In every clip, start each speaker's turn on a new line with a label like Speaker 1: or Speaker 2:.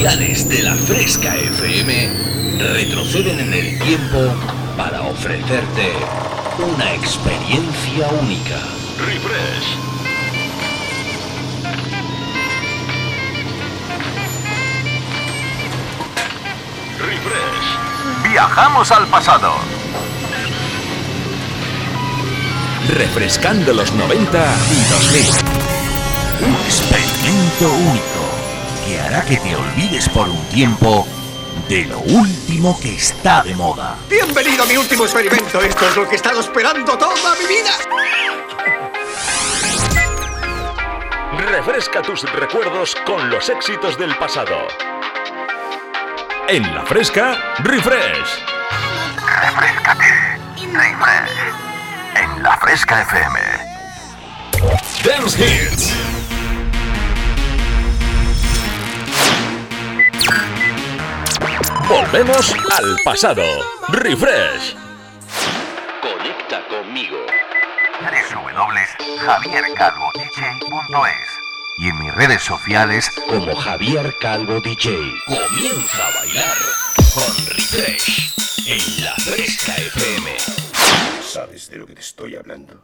Speaker 1: radiales de La Fresca FM retroceden en el tiempo para ofrecerte una experiencia única. Refresh. Refresh. Viajamos al pasado. Refrescando los 90 y 2000. Un experimento único que hará que te olvides por un tiempo de lo último que está de moda.
Speaker 2: Bienvenido a mi último experimento. Esto es lo que he estado esperando toda mi vida.
Speaker 1: Refresca tus recuerdos con los éxitos del pasado. En La Fresca, Refresh. Refrescate. Refresh. En La Fresca FM. Dance Hits. Volvemos al pasado. Refresh. Conecta conmigo. www.javiercalvodj.es y en mis redes sociales como Javier Calvo DJ. Comienza a bailar con Refresh en La Fresca FM.
Speaker 2: ¿Sabes de lo que te estoy hablando?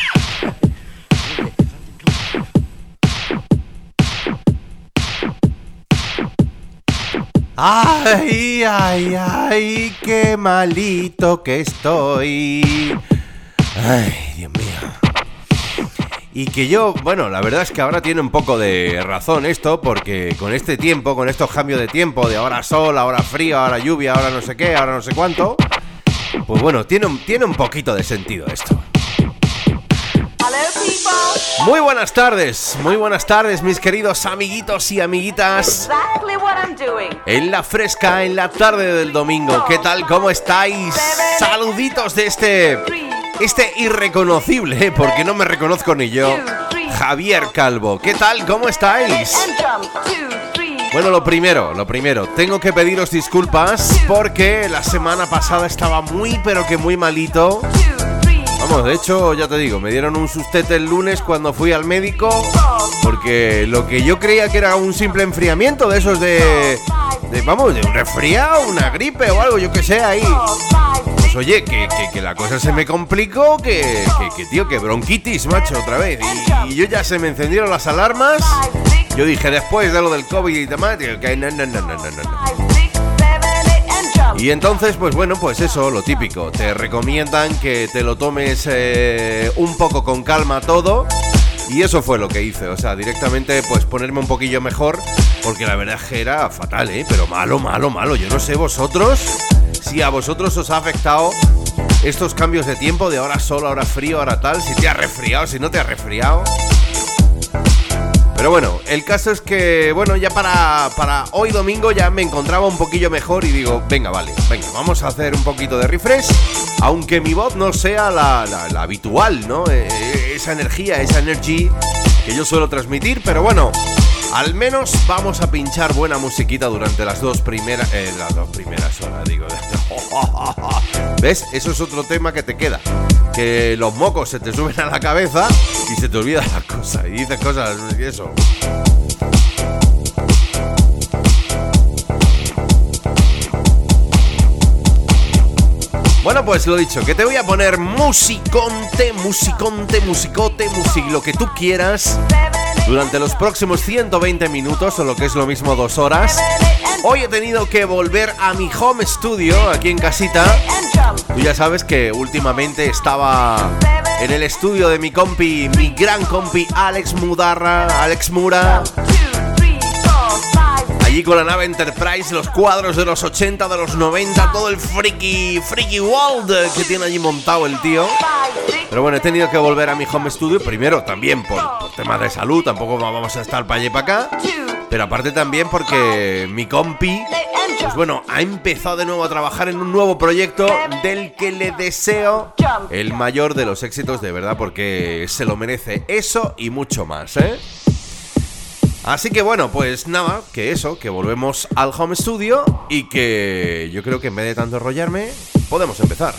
Speaker 3: Ay, ay, ay, qué malito que estoy. Ay, Dios mío. Y que yo, bueno, la verdad es que ahora tiene un poco de razón esto, porque con este tiempo, con estos cambios de tiempo, de ahora sol, ahora frío, ahora lluvia, ahora no sé qué, ahora no sé cuánto, pues bueno, tiene un poquito de sentido esto. Muy buenas tardes, mis queridos amiguitos y amiguitas. En La Fresca, en la tarde del domingo. ¿Qué tal? ¿Cómo estáis? Saluditos de este irreconocible, porque no me reconozco ni yo, Javier Calvo. ¿Qué tal? ¿Cómo estáis? Bueno, lo primero, tengo que pediros disculpas porque la semana pasada estaba muy, pero que muy malito. Vamos, de hecho, ya te digo, me dieron un sustete el lunes cuando fui al médico, porque lo que yo creía que era un simple enfriamiento de esos de un resfriado, una gripe o algo, yo que sé, ahí. Pues oye, que la cosa se me complicó, que bronquitis, macho, otra vez. Y yo ya se me encendieron las alarmas. Yo dije, después de lo del COVID y demás, que no. Y entonces, pues bueno, pues eso, lo típico. Te recomiendan que te lo tomes un poco con calma todo. Y eso fue lo que hice, o sea, directamente pues ponerme un poquillo mejor, porque la verdad es que era fatal, pero malo. Yo no sé vosotros, si a vosotros os ha afectado estos cambios de tiempo, de ahora sol, ahora frío, ahora tal, si te has resfriado, si no te has resfriado. Pero bueno, el caso es que, bueno, ya para hoy domingo ya me encontraba un poquillo mejor y digo, venga, vamos a hacer un poquito de refresh, aunque mi voz no sea la habitual, ¿no? Esa energía, esa energy que yo suelo transmitir, pero bueno, al menos vamos a pinchar buena musiquita durante las dos primeras horas, digo. ¿Ves? Eso es otro tema que te queda, que los mocos se te suben a la cabeza y se te olvidan las cosas y dices cosas y eso. Bueno, pues lo dicho, que te voy a poner musicote, lo que tú quieras durante los próximos 120 minutos o lo que es lo mismo 2 horas. Hoy he tenido que volver a mi home studio aquí en casita. Tú ya sabes que últimamente estaba en el estudio de mi gran compi Alex Mura. Allí con la nave Enterprise, los cuadros de los 80, de los 90, todo el freaky world que tiene allí montado el tío. Pero bueno, he tenido que volver a mi home studio, primero también por temas de salud, tampoco vamos a estar para allá y para acá, pero aparte también porque mi compi, pues bueno, ha empezado de nuevo a trabajar en un nuevo proyecto del que le deseo el mayor de los éxitos, de verdad, porque se lo merece eso y mucho más, Así que bueno, pues nada, que volvemos al home studio y que yo creo que en vez de tanto enrollarme, podemos empezar.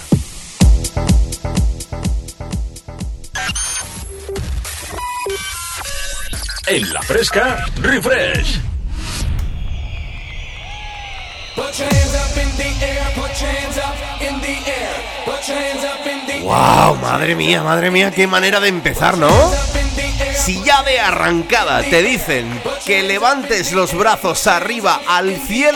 Speaker 1: En La Fresca, Refresh.
Speaker 3: ¡Wow! Madre mía, qué manera de empezar, ¿no? Si ya de arrancada te dicen que levantes los brazos arriba al cielo,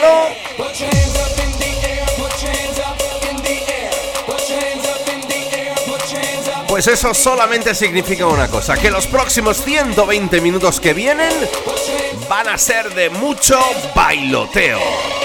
Speaker 3: pues eso solamente significa una cosa, que los próximos 120 minutos que vienen van a ser de mucho bailoteo.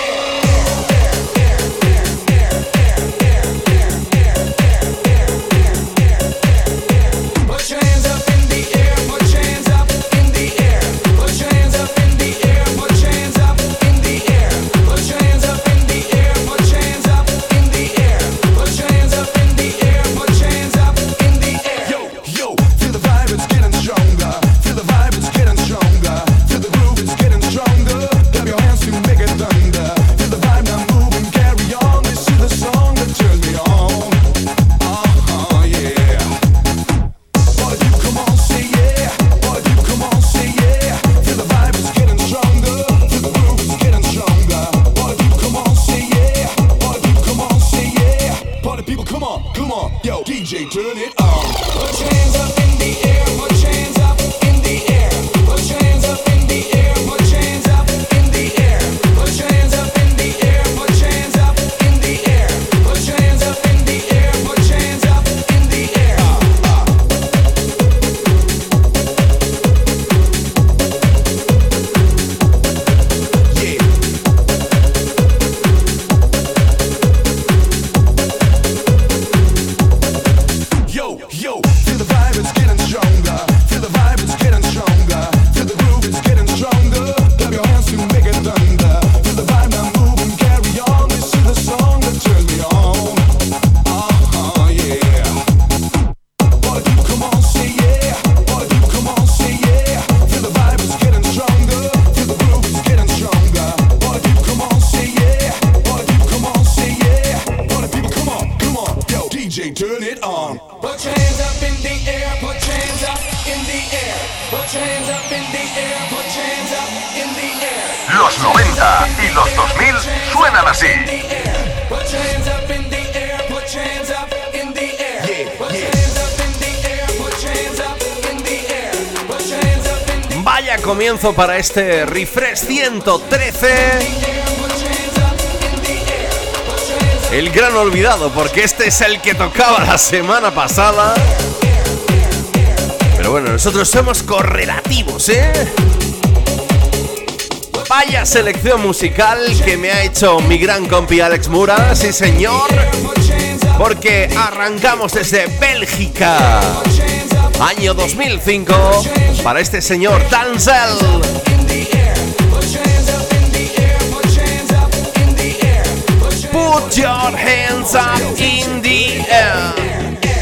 Speaker 1: Los 90 y los 2000 suenan así.
Speaker 3: Vaya comienzo para este Refresh 113. El gran olvidado, porque este es el que tocaba la semana pasada. Pero bueno, nosotros somos correlativos, ¿eh? Vaya selección musical que me ha hecho mi gran compi Alex Mura, sí señor, porque arrancamos desde Bélgica, año 2005, para este señor Denzel. Put your hands up in the air.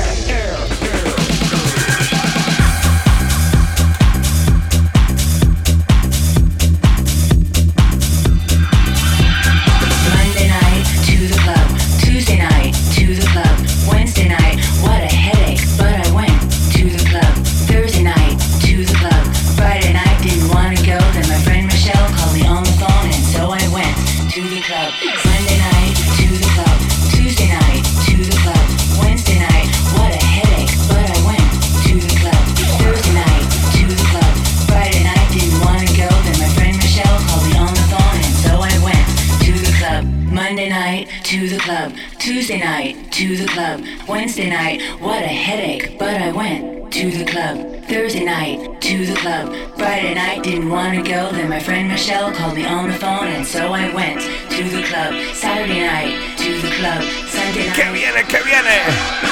Speaker 4: Tuesday night, to the club. Wednesday night, what a headache, but I went to the club. Thursday night, to the club. Friday night, didn't want to go, then my friend Michelle called me on the phone, and so I went to the club. Saturday night, to the club. Sunday night...
Speaker 3: ¡Que viene, que viene!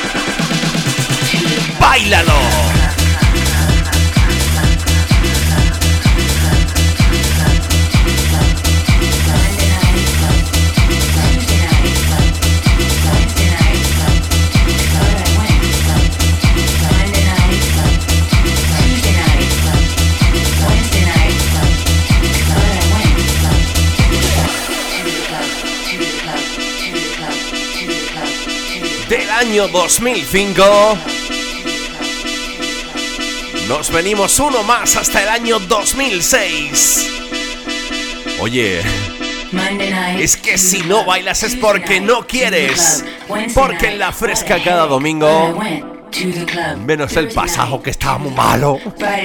Speaker 3: ¡Báilalo! Del año 2005 nos venimos uno más hasta el año 2006. Oye, Es que si no bailas es porque no quieres. Porque en La Fresca cada domingo, menos el pasado que estaba muy malo,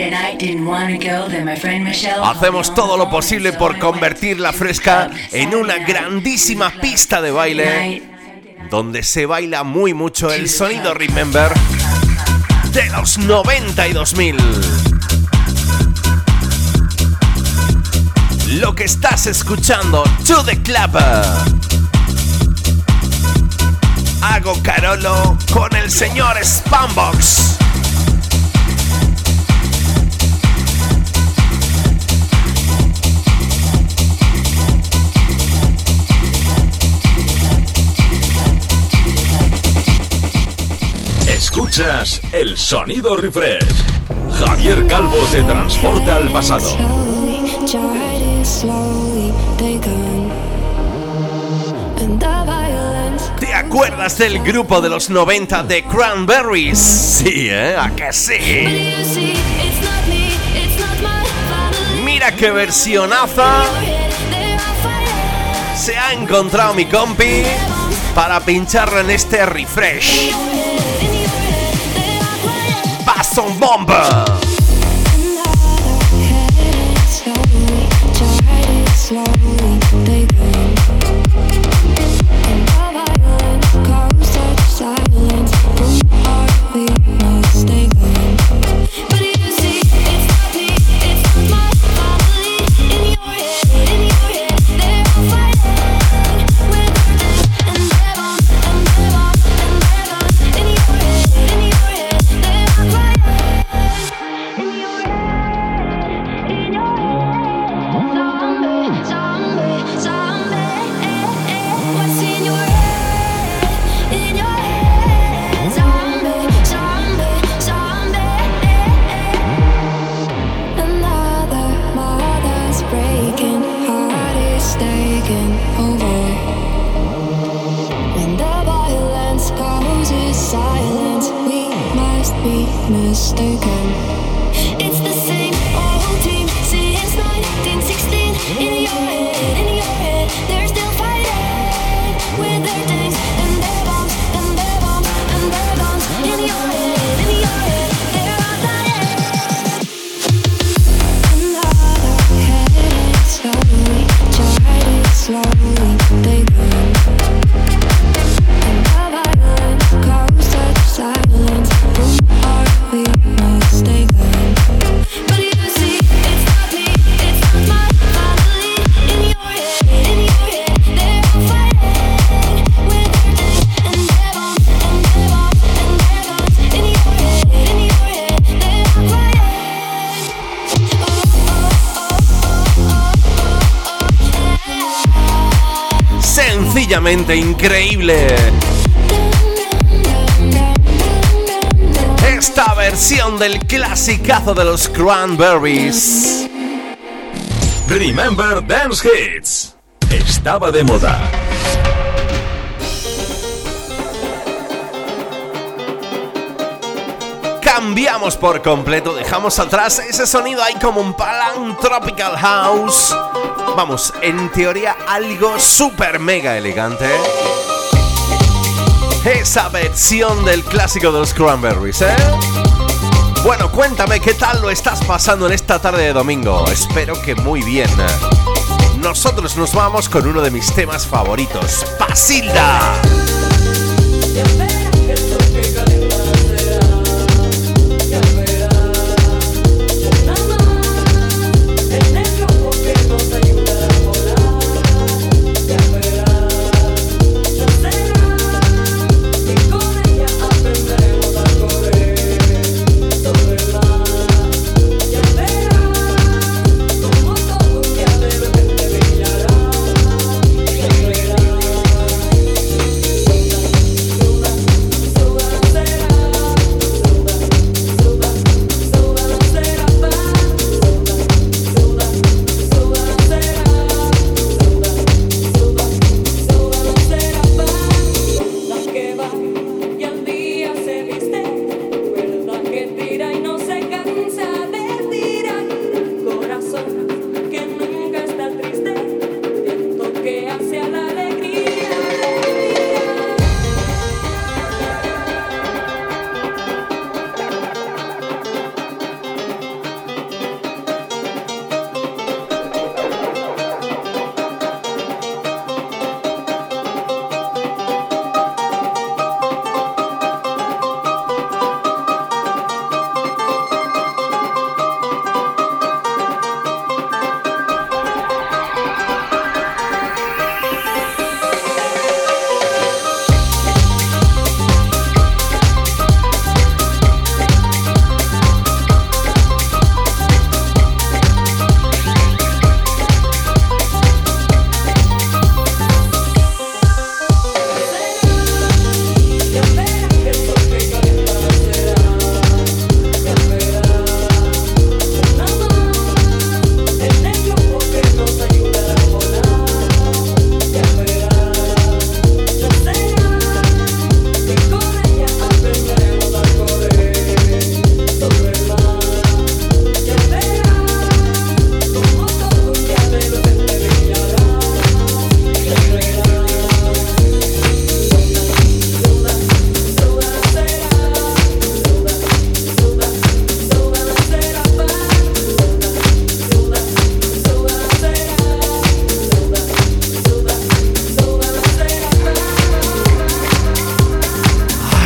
Speaker 3: hacemos todo lo posible por convertir La Fresca en una grandísima pista de baile donde se baila muy mucho el sonido Remember de los 90 y 2000. Lo que estás escuchando, To The Club. Hago Carolo con el señor Spambox.
Speaker 1: Escuchas el sonido Refresh. Javier Calvo te transporta al pasado.
Speaker 3: ¿Te acuerdas del grupo de los 90 de Cranberries? Sí, ¿A que sí? Mira qué versionaza se ha encontrado mi compi para pincharlo en este refresh. Basson Bomba. Sencillamente increíble. Esta versión del clasicazo de los Cranberries.
Speaker 1: Remember Dance Hits. Estaba de moda.
Speaker 3: Cambiamos por completo, dejamos atrás ese sonido ahí como un Palan Tropical House. Vamos, en teoría algo súper mega elegante. Esa versión del clásico de los Cranberries, Bueno, cuéntame qué tal lo estás pasando en esta tarde de domingo. Espero que muy bien. Nosotros nos vamos con uno de mis temas favoritos, Pasilda.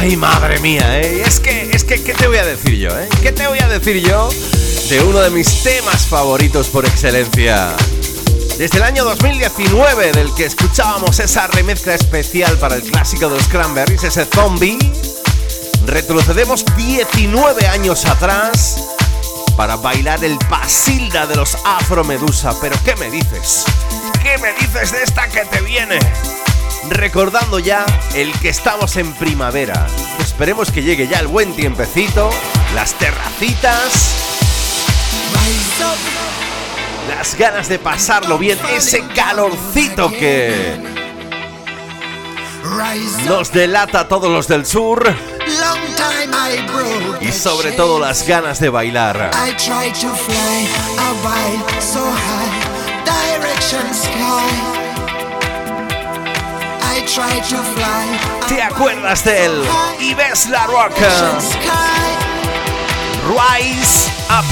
Speaker 3: Ay, madre mía, ¿eh? Es que, ¿qué te voy a decir yo, eh? ¿Qué te voy a decir yo de uno de mis temas favoritos por excelencia? Desde el año 2019, del que escuchábamos esa remezcla especial para el clásico de los Cranberries, ese Zombie, retrocedemos 19 años atrás para bailar el Pasilda de los Afro Medusa. Pero ¿qué me dices? ¿Qué me dices de esta que te viene? Recordando ya el que estamos en primavera. Esperemos que llegue ya el buen tiempecito, las terracitas, las ganas de pasarlo bien, ese calorcito que nos delata a todos los del sur, y sobre todo las ganas de bailar. ¿Te acuerdas del Yves La Roca? Rise Up.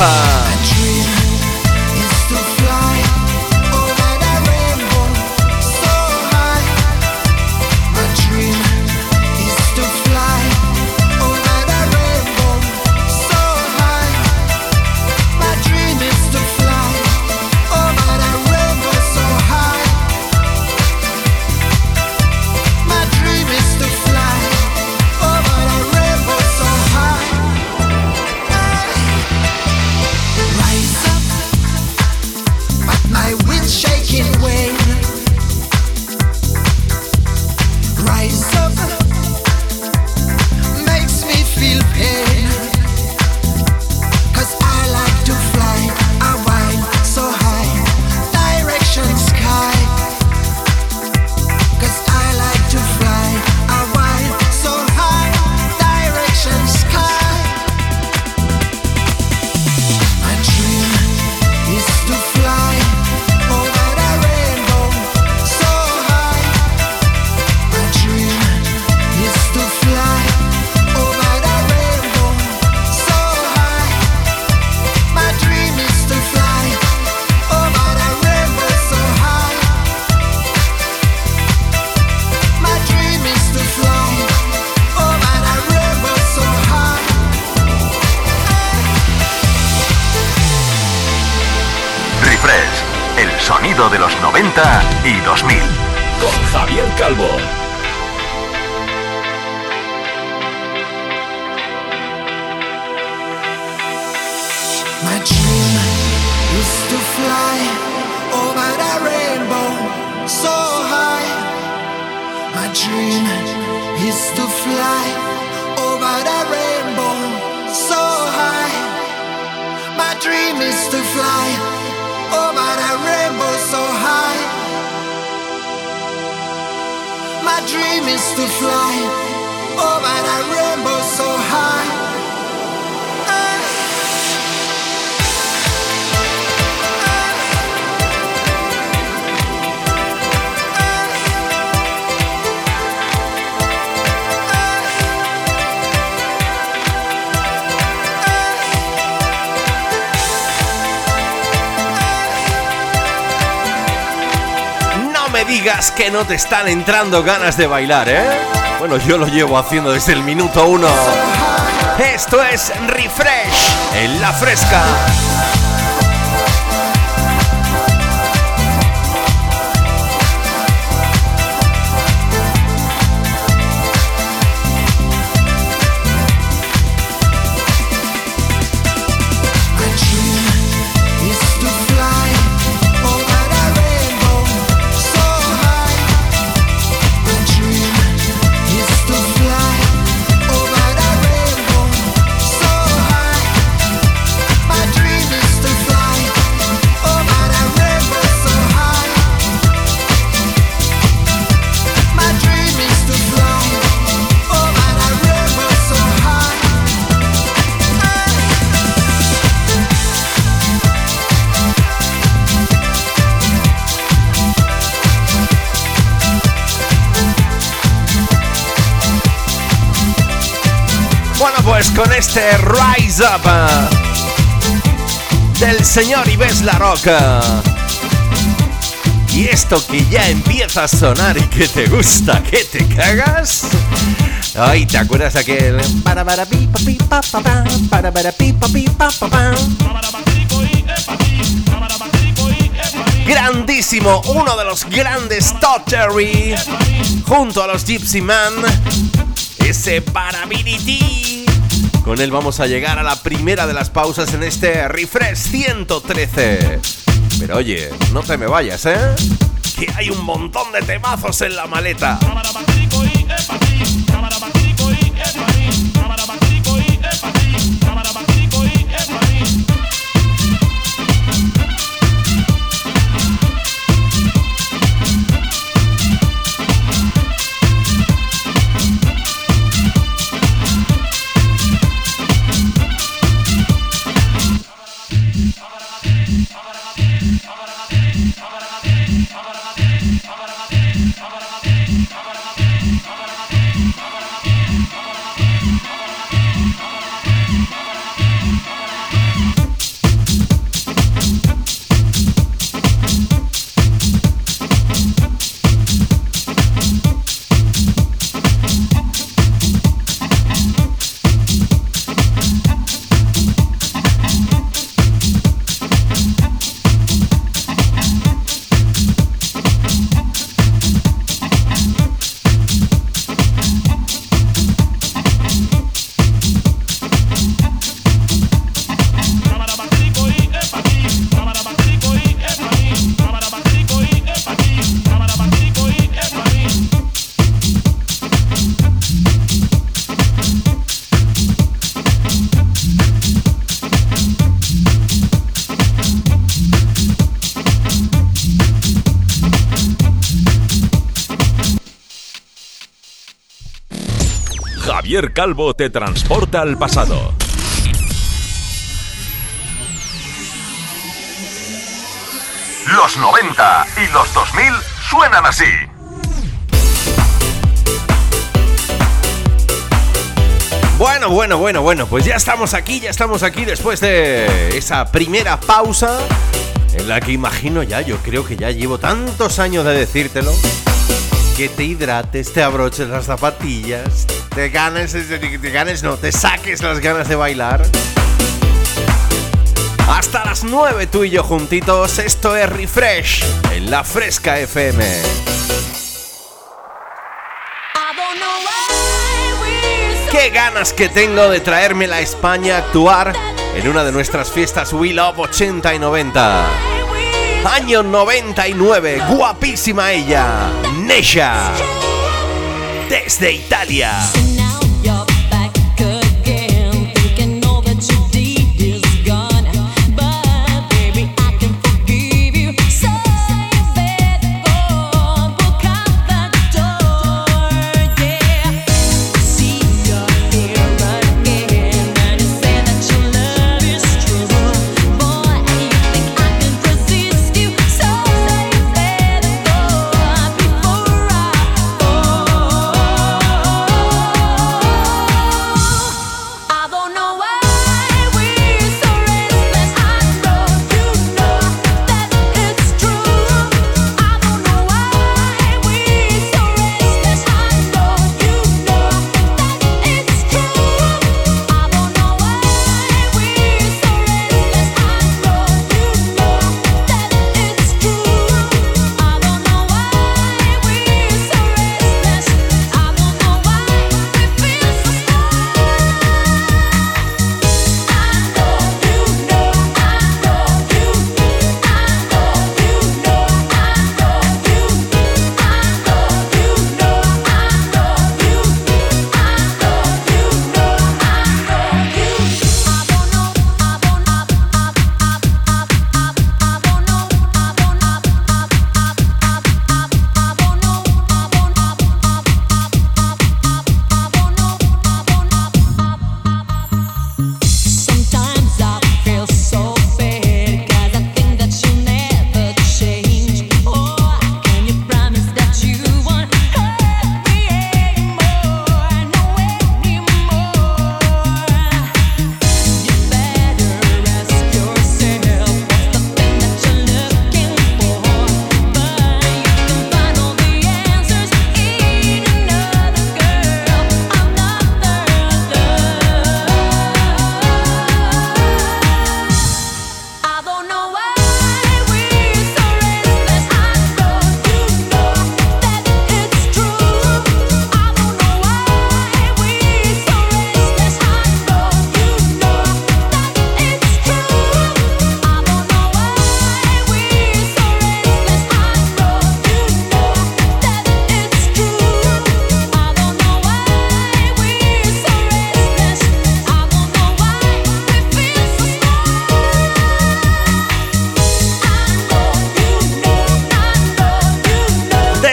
Speaker 1: De los 90 y 2000 con Javier Calvo.
Speaker 5: My dream is to fly over the rainbow so high. My dream is to fly over the rainbow so high. My dream is to fly over the rainbow so high. My dream is to fly over the rainbow so high.
Speaker 3: Me digas que no te están entrando ganas de bailar, ¿eh? Bueno, yo lo llevo haciendo desde el minuto 1. Esto es Refresh en La Fresca. Pues con este Rise Up del señor Yves La Roca Y esto que ya empieza a sonar y que te gusta, que te cagas. Ay, ¿te acuerdas aquel? Grandísimo, uno de los grandes Todd Terry, junto a los Gypsy Man, ese Parability. Con él vamos a llegar a la primera de las pausas en este Refresh 113. Pero oye, no te me vayas, ¿eh? Que hay un montón de temazos en la maleta.
Speaker 6: Javier Calvo te transporta al pasado.
Speaker 1: Los 90 y los 2000 suenan así.
Speaker 3: Bueno, pues ya estamos aquí después de esa primera pausa en la que imagino ya, yo creo que ya llevo tantos años de decírtelo, que te hidrates, te abroches las zapatillas, te saques las ganas de bailar. Hasta las 9 tú y yo juntitos, esto es Refresh en La Fresca FM. Qué ganas que tengo de traérmela a España a actuar en una de nuestras fiestas We Love 80 y 90. Año 99, guapísima ella, Nesha, desde Italia.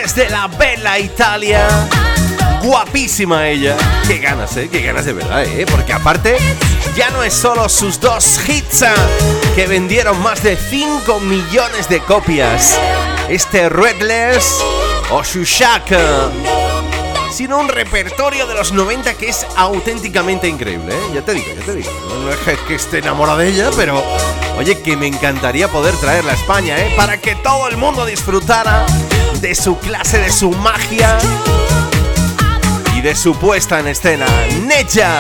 Speaker 3: desde la bella Italia. Guapísima ella. Qué ganas de verdad, porque aparte ya no es solo sus 2 hits que vendieron más de 5 millones de copias, este Redless o Shushaka, sino un repertorio de los 90 que es auténticamente increíble, Ya te digo. No es que esté enamorado de ella, pero oye, que me encantaría poder traerla a España, para que todo el mundo disfrutara de su clase, de su magia y de su puesta en escena. Neja.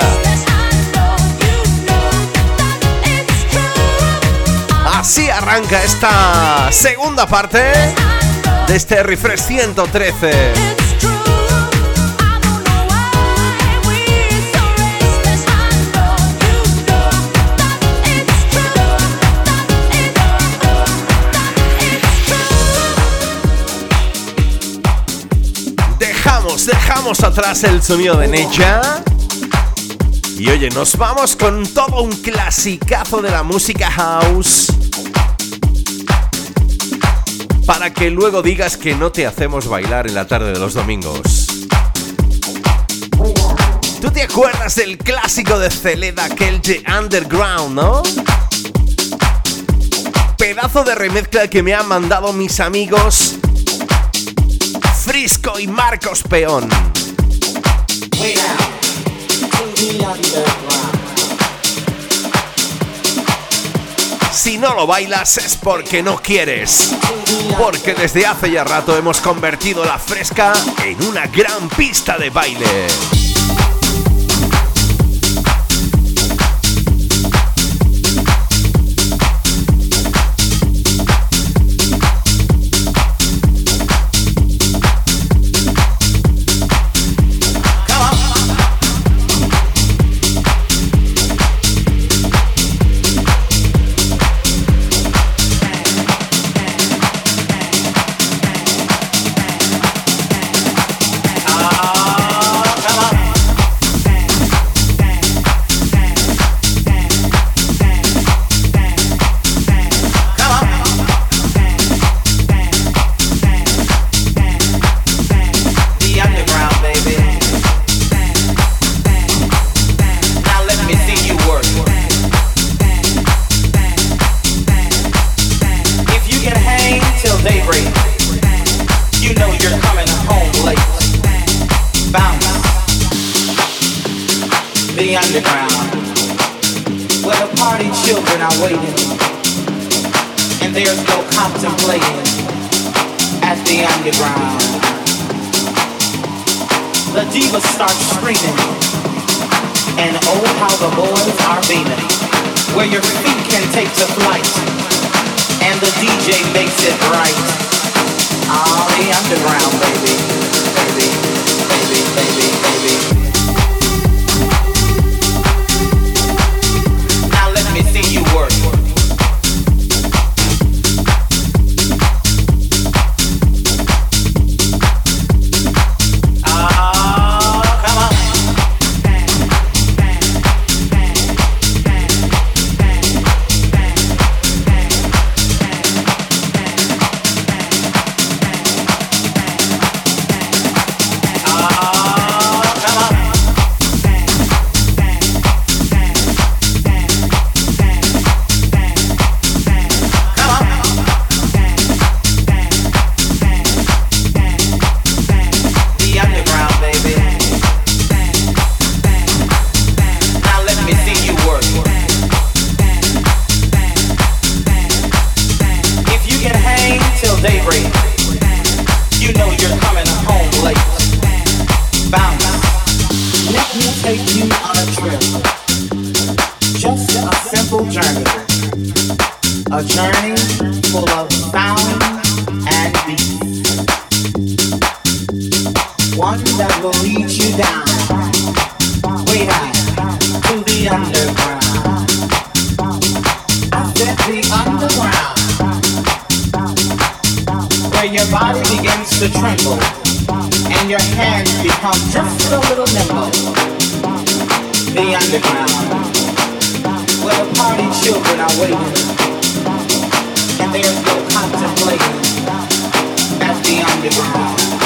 Speaker 3: Así arranca esta segunda parte de este Refresh 113. Dejamos atrás el sonido de Neja y oye, nos vamos con todo un clasicazo de la música house para que luego digas que no te hacemos bailar en la tarde de los domingos. ¿Tú te acuerdas del clásico de Celeda, aquel de Underground, no? Pedazo de remezcla que me han mandado mis amigos Frisco y Marcos Peón. Si no lo bailas es porque no quieres, porque desde hace ya rato hemos convertido la Fresca en una gran pista de baile.
Speaker 7: The underground, where the party children are waiting, and there's no contemplating at the underground.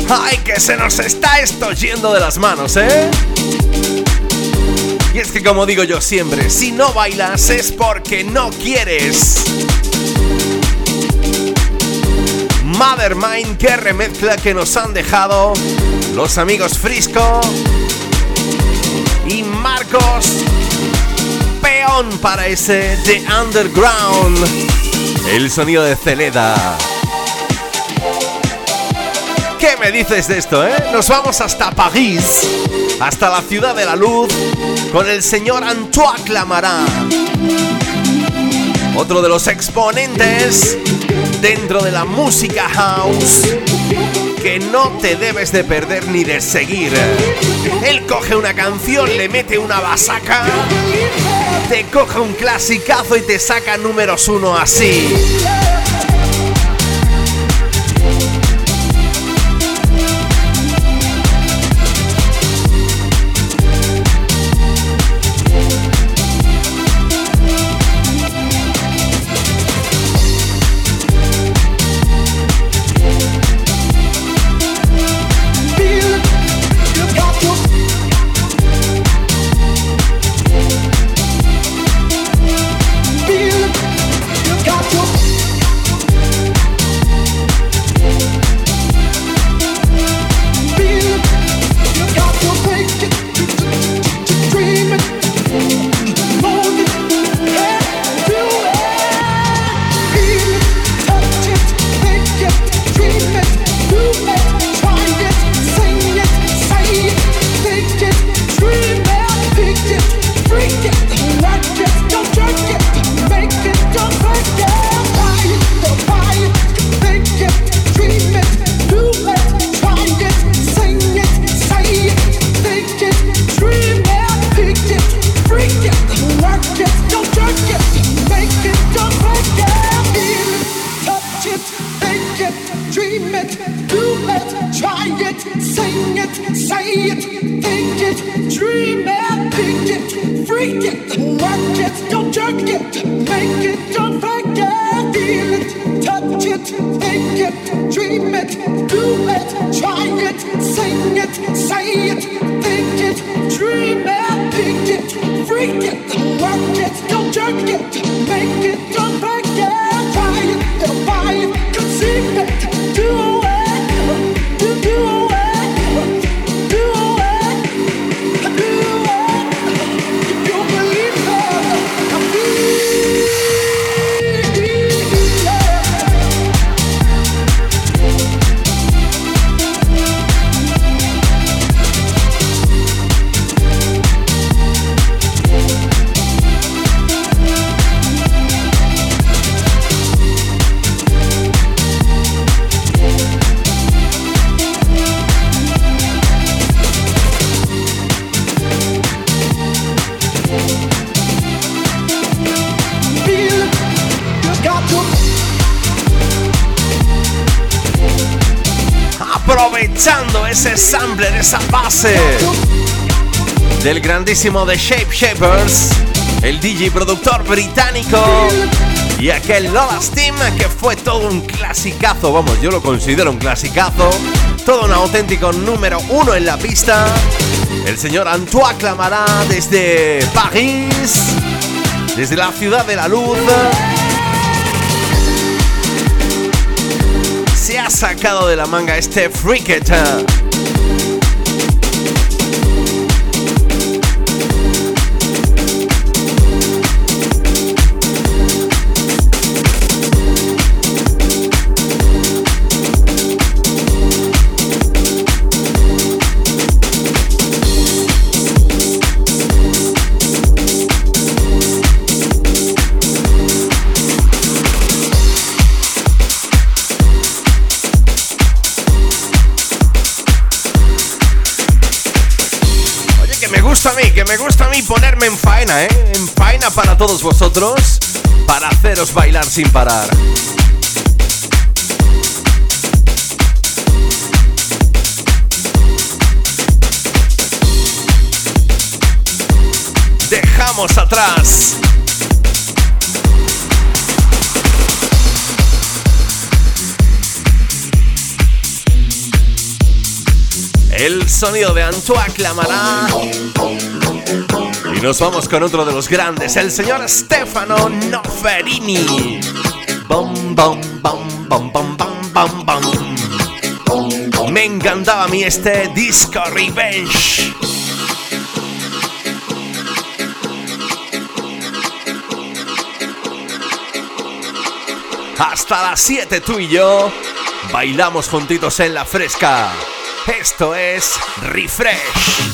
Speaker 3: ¡Ay, que se nos está esto yendo de las manos, eh! Y es que como digo yo siempre, si no bailas es porque no quieres. Mothermind, qué remezcla que nos han dejado los amigos Frisco y Marcos. Peón para ese The Underground. El sonido de Celeda. ¿Qué me dices de esto, eh? Nos vamos hasta París, hasta la ciudad de la luz, con el señor Antoine Clamaran. Otro de los exponentes dentro de la música house que no te debes de perder ni de seguir. Él coge una canción, le mete una basaca, te coge un clasicazo y te saca números 1 así. Aprovechando ese sampler, esa base del grandísimo The Shapeshifters, el DJ productor británico, y aquel Lola Steam que fue todo un clasicazo, vamos, yo lo considero un clasicazo, todo un auténtico número 1 en la pista. El señor Antoine Clamaran desde París, desde la ciudad de la luz, se ha sacado de la manga este Freak It. Que me gusta a mí ponerme en faena, en faena para todos vosotros, para haceros bailar sin parar. Dejamos atrás El sonido de Antoine Clamarat. Y nos vamos con otro de los grandes, el señor Stefano Noferini. Bom, bom, bom, bom, bom, bom, bom, bom. Me encantaba a mí este Disco Revenge. Hasta las 7 tú y yo bailamos juntitos en la fresca. Esto es Refresh.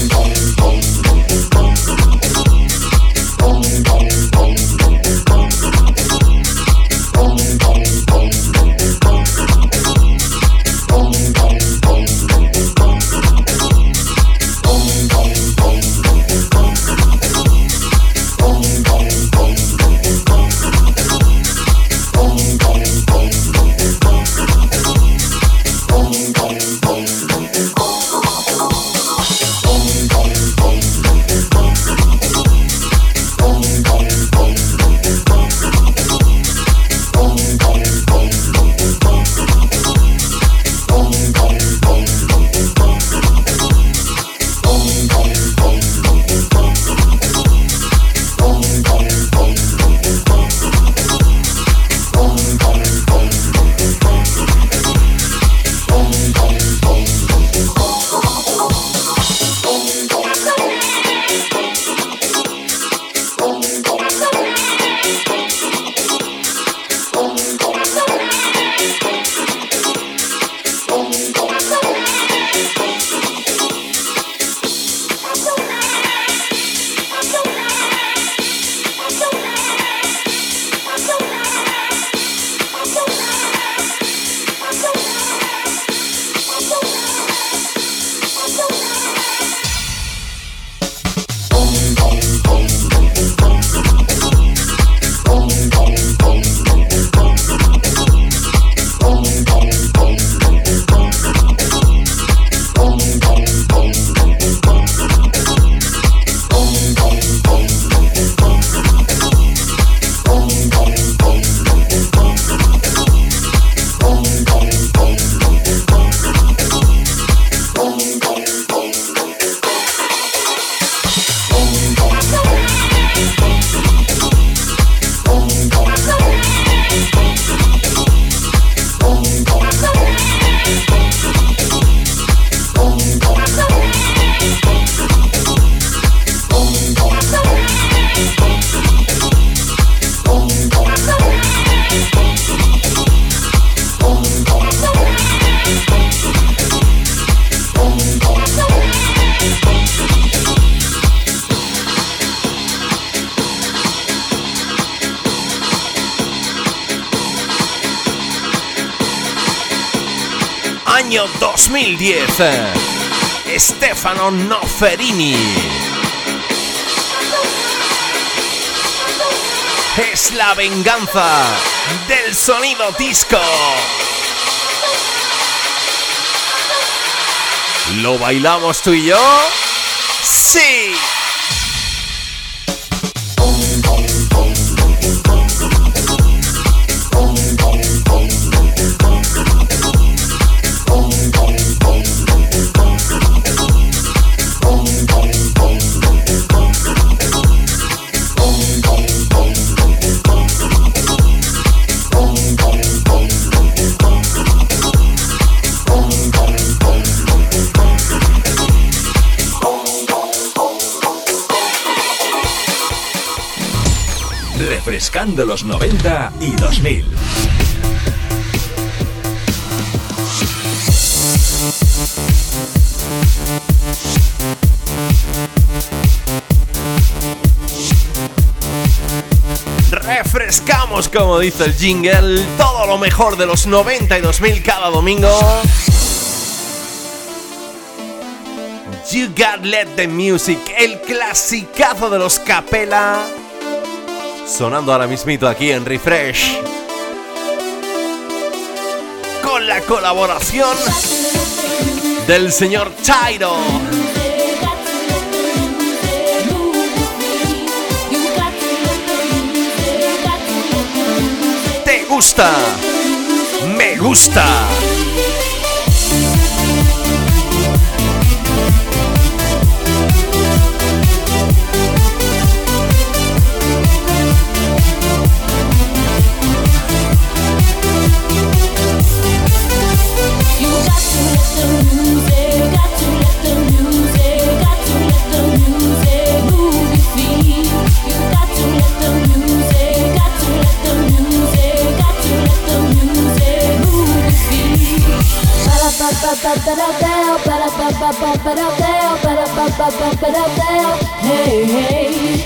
Speaker 3: Año 2010. Stefano Noferini. Es la venganza del sonido disco. ¿Lo bailamos tú y yo? ¡Sí!
Speaker 6: Refrescando los 90 y 2000.
Speaker 3: Refrescamos, como dice el jingle, todo lo mejor de los 90 y 2000 cada domingo. You Got Let the Music, el clasicazo de los Capella, sonando ahora mismito aquí en Refresh, con la colaboración del señor Tyro. ¿Te gusta? Me gusta.
Speaker 8: Hey, hey.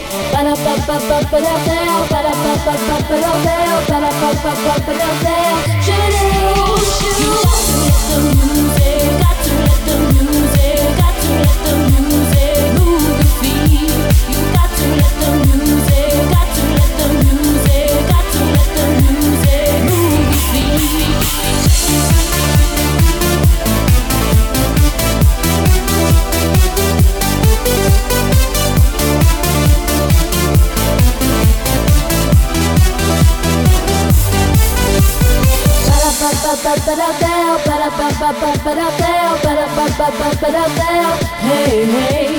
Speaker 8: Hey, hey.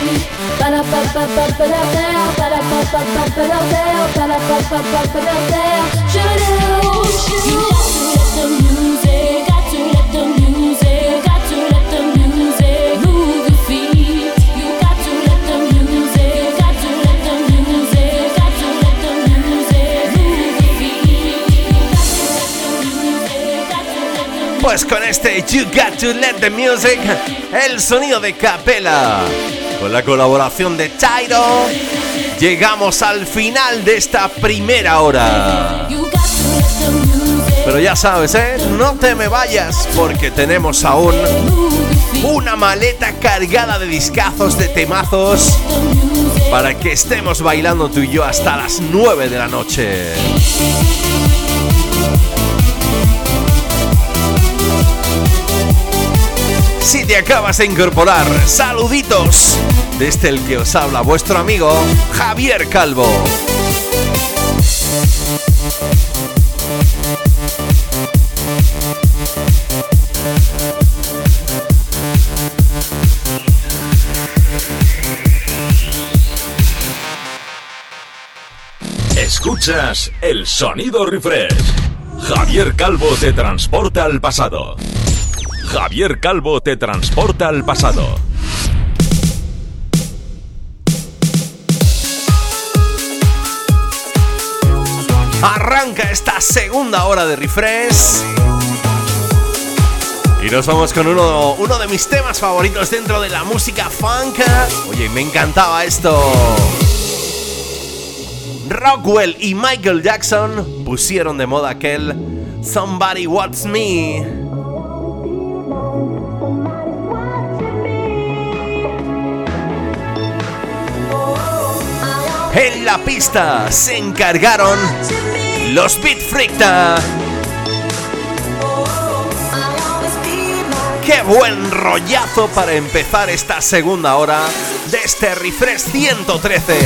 Speaker 3: Pues con este You Got to Let the Music, el sonido de Capela, con la colaboración de Tyro, llegamos al final de esta primera hora. Pero ya sabes, no te me vayas, porque tenemos aún una maleta cargada de discazos, de temazos, para que estemos bailando tú y yo hasta las 9 de la noche. Si te acabas de incorporar, saluditos desde el que os habla vuestro amigo Javier Calvo.
Speaker 6: Escuchas el sonido refresh. Javier Calvo te transporta al pasado. Javier Calvo te transporta al pasado.
Speaker 3: Arranca esta segunda hora de refresh y nos vamos con uno de mis temas favoritos dentro de la música funk. Oye, me encantaba esto. Rockwell y Michael Jackson pusieron de moda aquel Somebody Wants Me. En la pista se encargaron los Beat Fricta. ¡Qué buen rollazo para empezar esta segunda hora de este Refresh 113!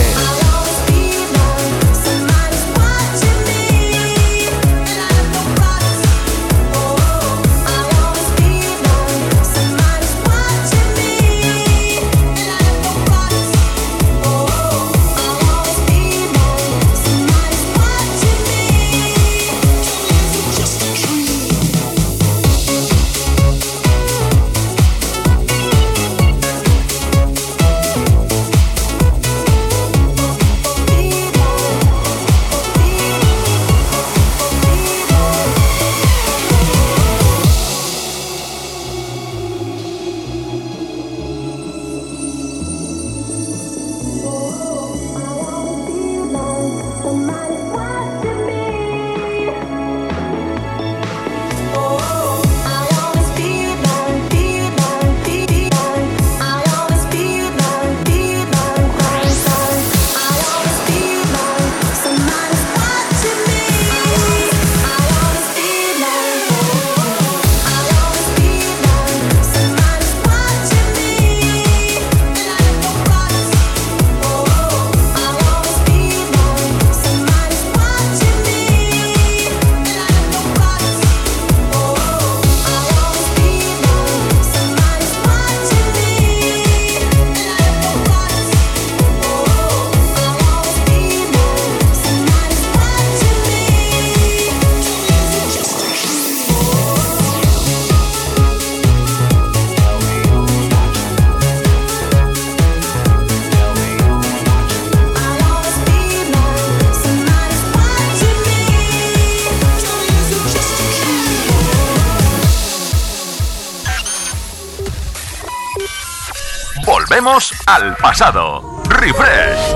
Speaker 6: Volvemos al pasado. Refresh.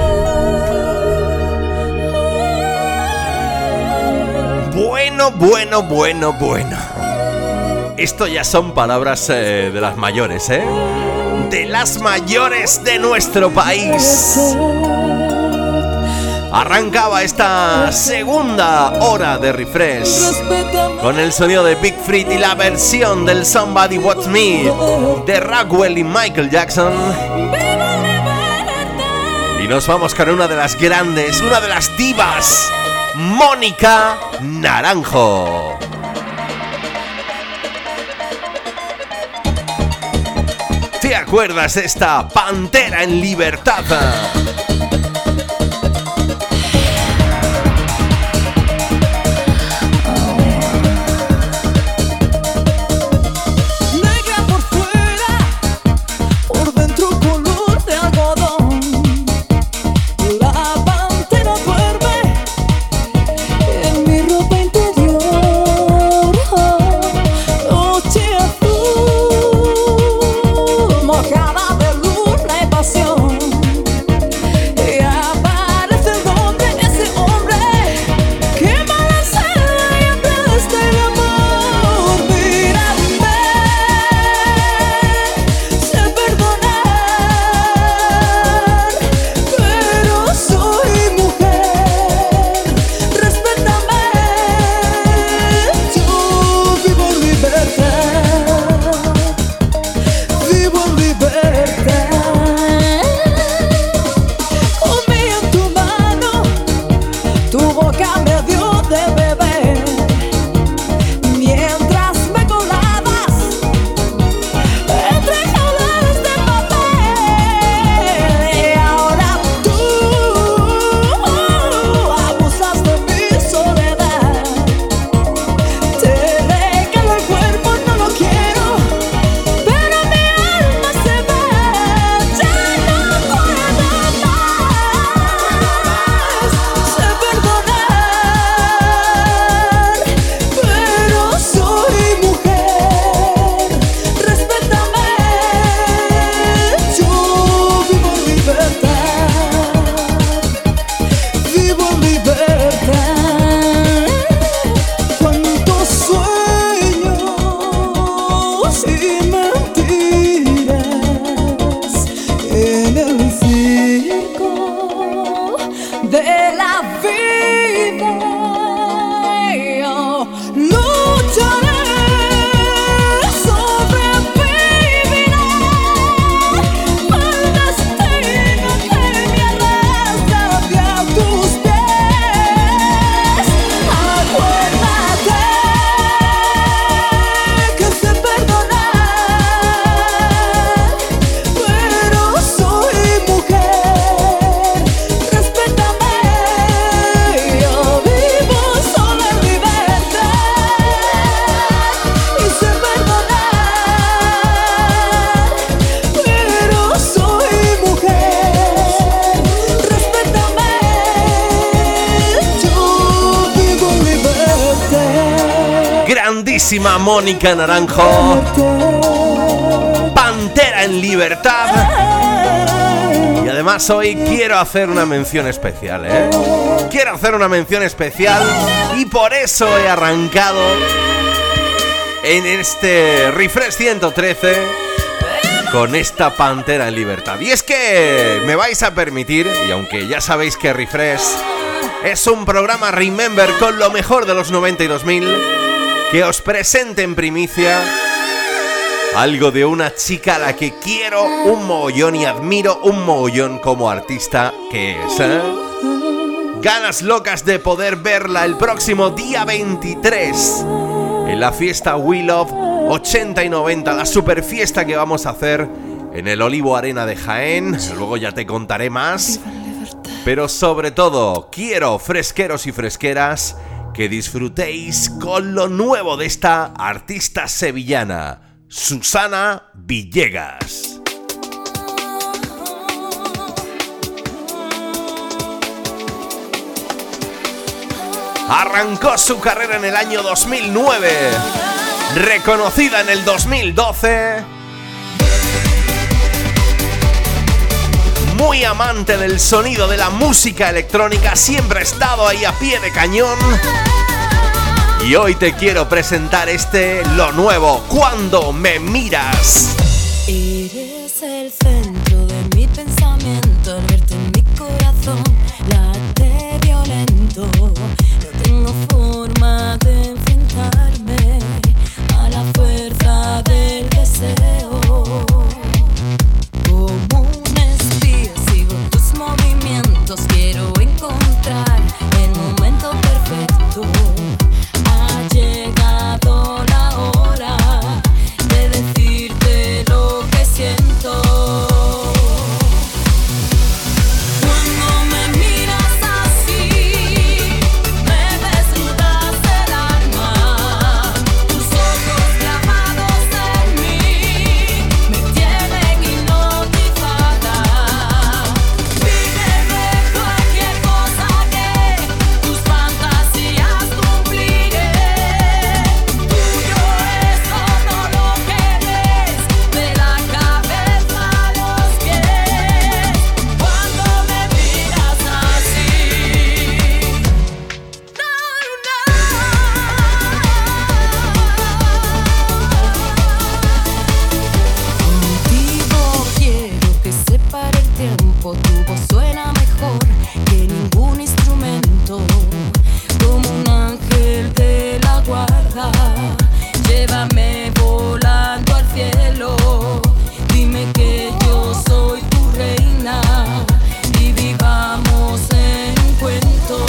Speaker 3: Bueno. Esto ya son palabras de las mayores, ¿eh? De las mayores de nuestro país. Arrancaba esta segunda hora de Refresh con el sonido de Big Frit y la versión del Somebody Watch Me de Rockwell y Michael Jackson. Y nos vamos con una de las grandes, una de las divas, Mónica Naranjo. ¿Te acuerdas de esta Pantera en Libertad? Mónica Naranjo, Pantera en Libertad. Y además hoy quiero hacer una mención especial, ¿eh? Quiero hacer una mención especial y por eso he arrancado en este Refresh 113 con esta Pantera en Libertad. Y es que me vais a permitir, y aunque ya sabéis que Refresh es un programa Remember con lo mejor de los 90 y 2000, que os presente en primicia algo de una chica a la que quiero un mogollón y admiro un mogollón como artista que es, ¿eh? Ganas locas de poder verla el próximo día 23 en la fiesta We Love 80 y 90, la super fiesta que vamos a hacer en el Olivo Arena de Jaén. Luego ya te contaré más. Pero sobre todo, quiero, fresqueros y fresqueras, que disfrutéis con lo nuevo de esta artista sevillana, Susana Villegas. Arrancó su carrera en el año 2009, reconocida en el 2012 muy amante del sonido de la música electrónica, siempre ha estado ahí a pie de cañón. Y hoy te quiero presentar lo nuevo, Cuando me miras.
Speaker 8: Eres el centro de mi pensamiento, al verte en mi corazón late violento. No tengo forma de enfrentarme a la fuerza del deseo. Como un espía sigo tus movimientos, quiero encontrar el momento perfecto. Ha llegado la hora de decirte lo que siento. Cuando me miras así, me desnudas el alma. Tus ojos clavados en mí me tienen hipnotizada. Pídeme cualquier cosa que tus fantasías cumpliré. Tuyo es todo lo que ves, de la cabeza a los pies. Cuando me miras así, contigo quiero que se pare el tiempo. Tu voz suena mejor que ningún instrumento. Como un ángel de la guarda, llévame volando al cielo. Dime que yo soy tu reina y vivamos en un cuento.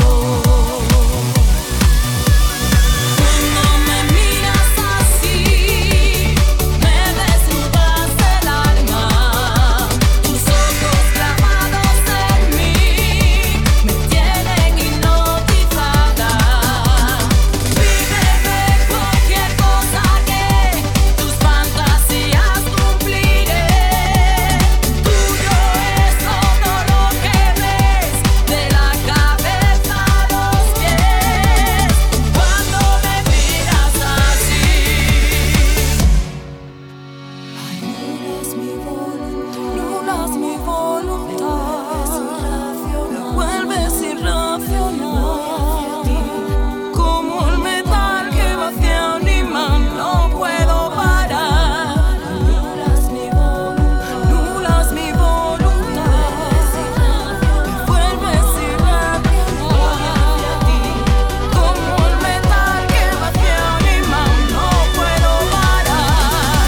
Speaker 8: Cuando me miras así, me desnudas el alma. Tus ojos clavados en mí me tienen hipnotizada. Pídeme cualquier cosa que tus fantasías cumpliré. Tuyo es todo lo que ves, de la cabeza a los pies. Cuando me miras así, anulas mi voluntad, me vuelves irracional, como el metal que va hacia un imán, no puedo parar. Anulas mi voluntad, me vuelves irracional, como el metal que va hacia un imán, no puedo parar.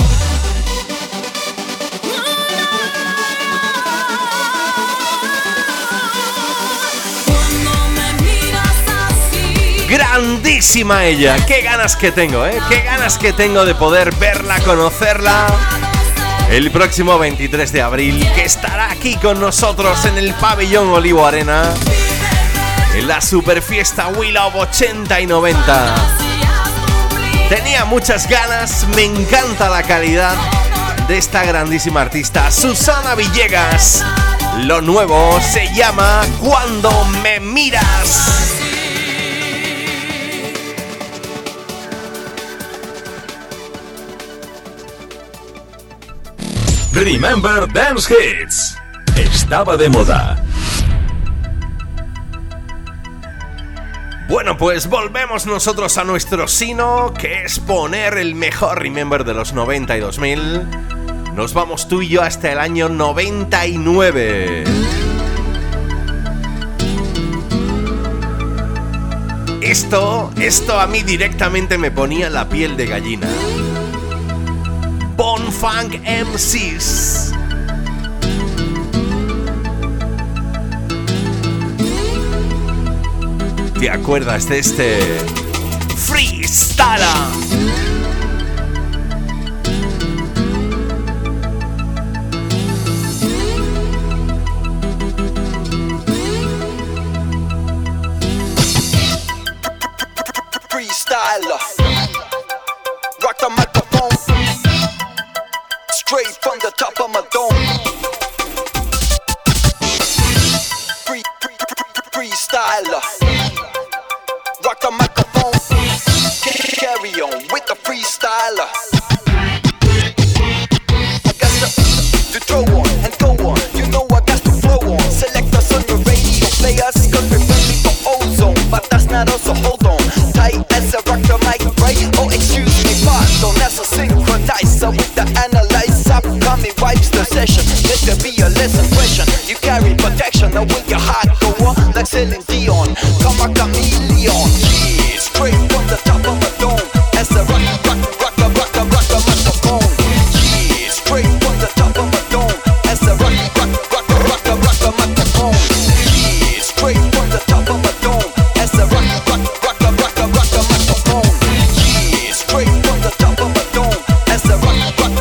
Speaker 8: Cuando me miras así,
Speaker 3: Grandísima ella, qué ganas que tengo, qué ganas que tengo de poder verla, conocerla el próximo 23 de abril, que estará aquí con nosotros en el Pabellón Olivo Arena, en la Superfiesta We Love 80 y 90. Tenía muchas ganas, me encanta la calidad de esta grandísima artista, Susana Villegas. Lo nuevo se llama Cuando me miras.
Speaker 6: Remember Dance Hits. Estaba de moda.
Speaker 3: Bueno, pues volvemos nosotros a nuestro sino, que es poner el mejor Remember de los 90 y 2000. Nos vamos tú y yo hasta el año 99. Esto a mí directamente me ponía la piel de gallina. Bon Funk MCs. ¿Te acuerdas de este Freestyler?
Speaker 9: Freestyler, rock the microphone, straight from the top of my dome. Freestyler, rock the microphone, carry on with the freestyler. I got to throw on and go on, you know I got mess up, call me wipes the session. Let there be a lesson question. You carry protection, now will your heart go on like Celine Dion? Come a chameleon, yeah, straight from the top of the dome. As a rock microphone, yeah, straight from the top of the dome. As a rock microphone, yeah, straight from the top of the dome. As a rock microphone, yeah, straight from the top of the dome. As a rock microphone.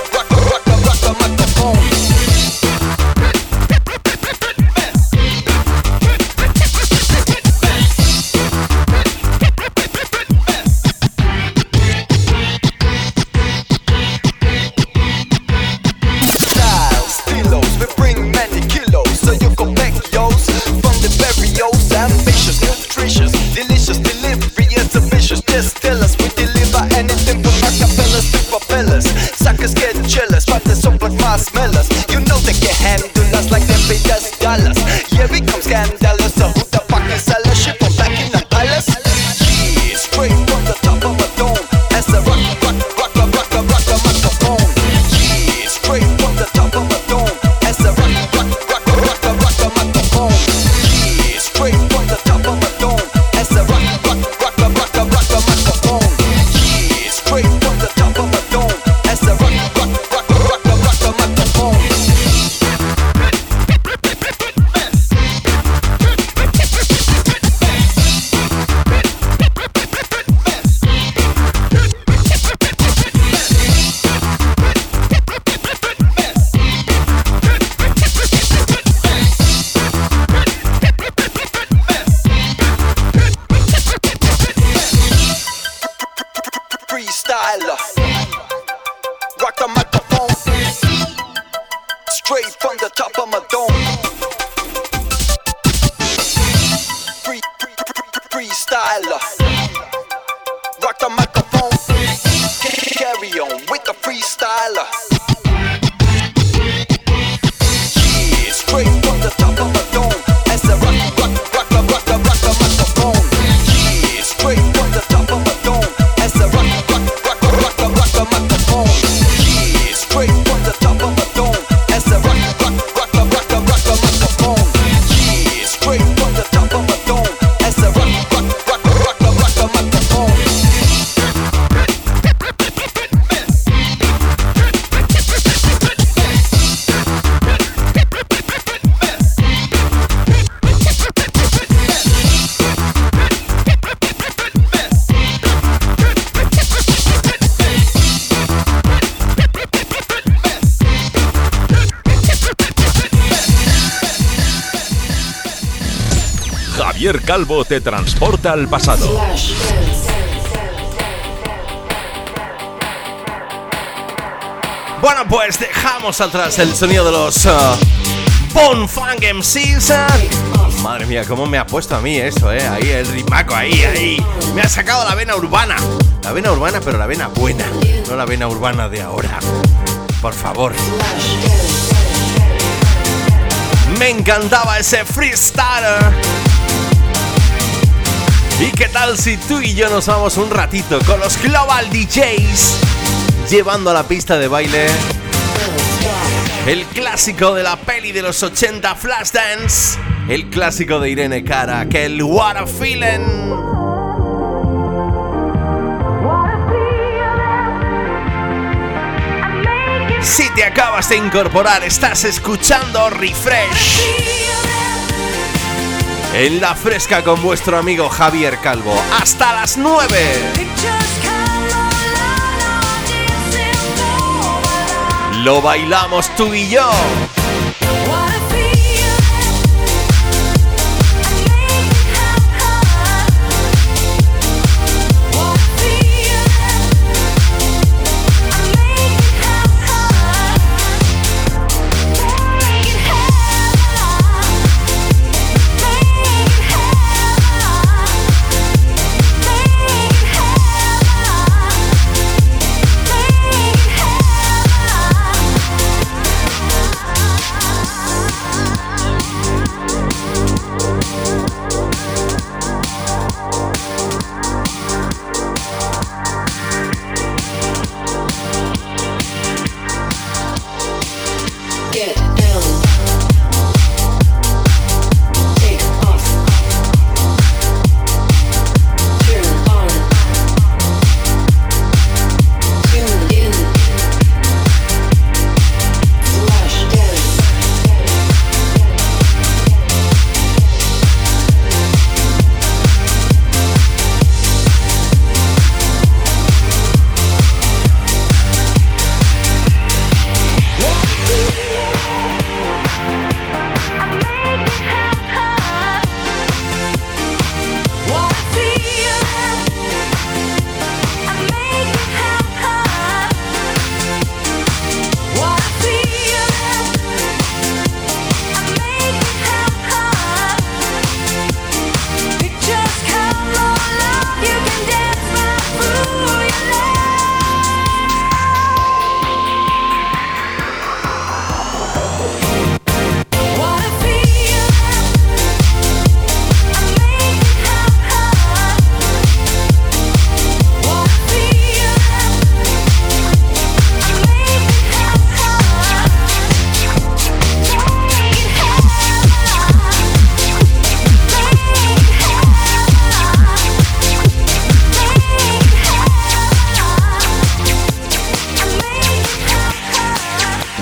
Speaker 9: Just tell us we deliver anything from acapellas to propellers. Suckers get jealous, but they're so but marshmallows. You know they can handle us like them paid us dollars. Yeah, we come scandalous, so who the fuck is sellers? Ship from Buckingham Palace. Yeah, straight from the top of a dome. As a rock microphone. Yeah, straight from the top of a dome. As a rock microphone. Yeah, straight from the top of a dome. As a rock microphone. Yeah, straight from the top of a dome. As a rock microphone. Freestyler, rock the microphone, straight from the top of my dome. Freestyler, rock the microphone, carry on with the freestyler. Yeah, straight from the top of my dome. As a rock the microphone. Yeah, straight from the top of my dome. As a rock the microphone. Yeah, straight from the top of the dome. As a rock the microphone. Yeah, straight from the top of the dome. As a rock the microphone.
Speaker 6: Javier Calvo te transporta al pasado.
Speaker 3: Bueno, pues dejamos atrás el sonido de los Bone Funk MCs. Madre mía, cómo me ha puesto a mí eso, ahí el rimaco, ahí. Me ha sacado la vena urbana. La vena urbana, pero la vena buena, no la vena urbana de ahora. Por favor. Me encantaba ese freestyler. ¿Y qué tal si tú y yo nos vamos un ratito con los Global DJs llevando a la pista de baile el clásico de la peli de los 80, Flashdance, el clásico de Irene Cara, que el What a Feeling. Si te acabas de incorporar, estás escuchando Refresh en La Fresca con vuestro amigo Javier Calvo. Hasta las 9. Lo bailamos tú y yo.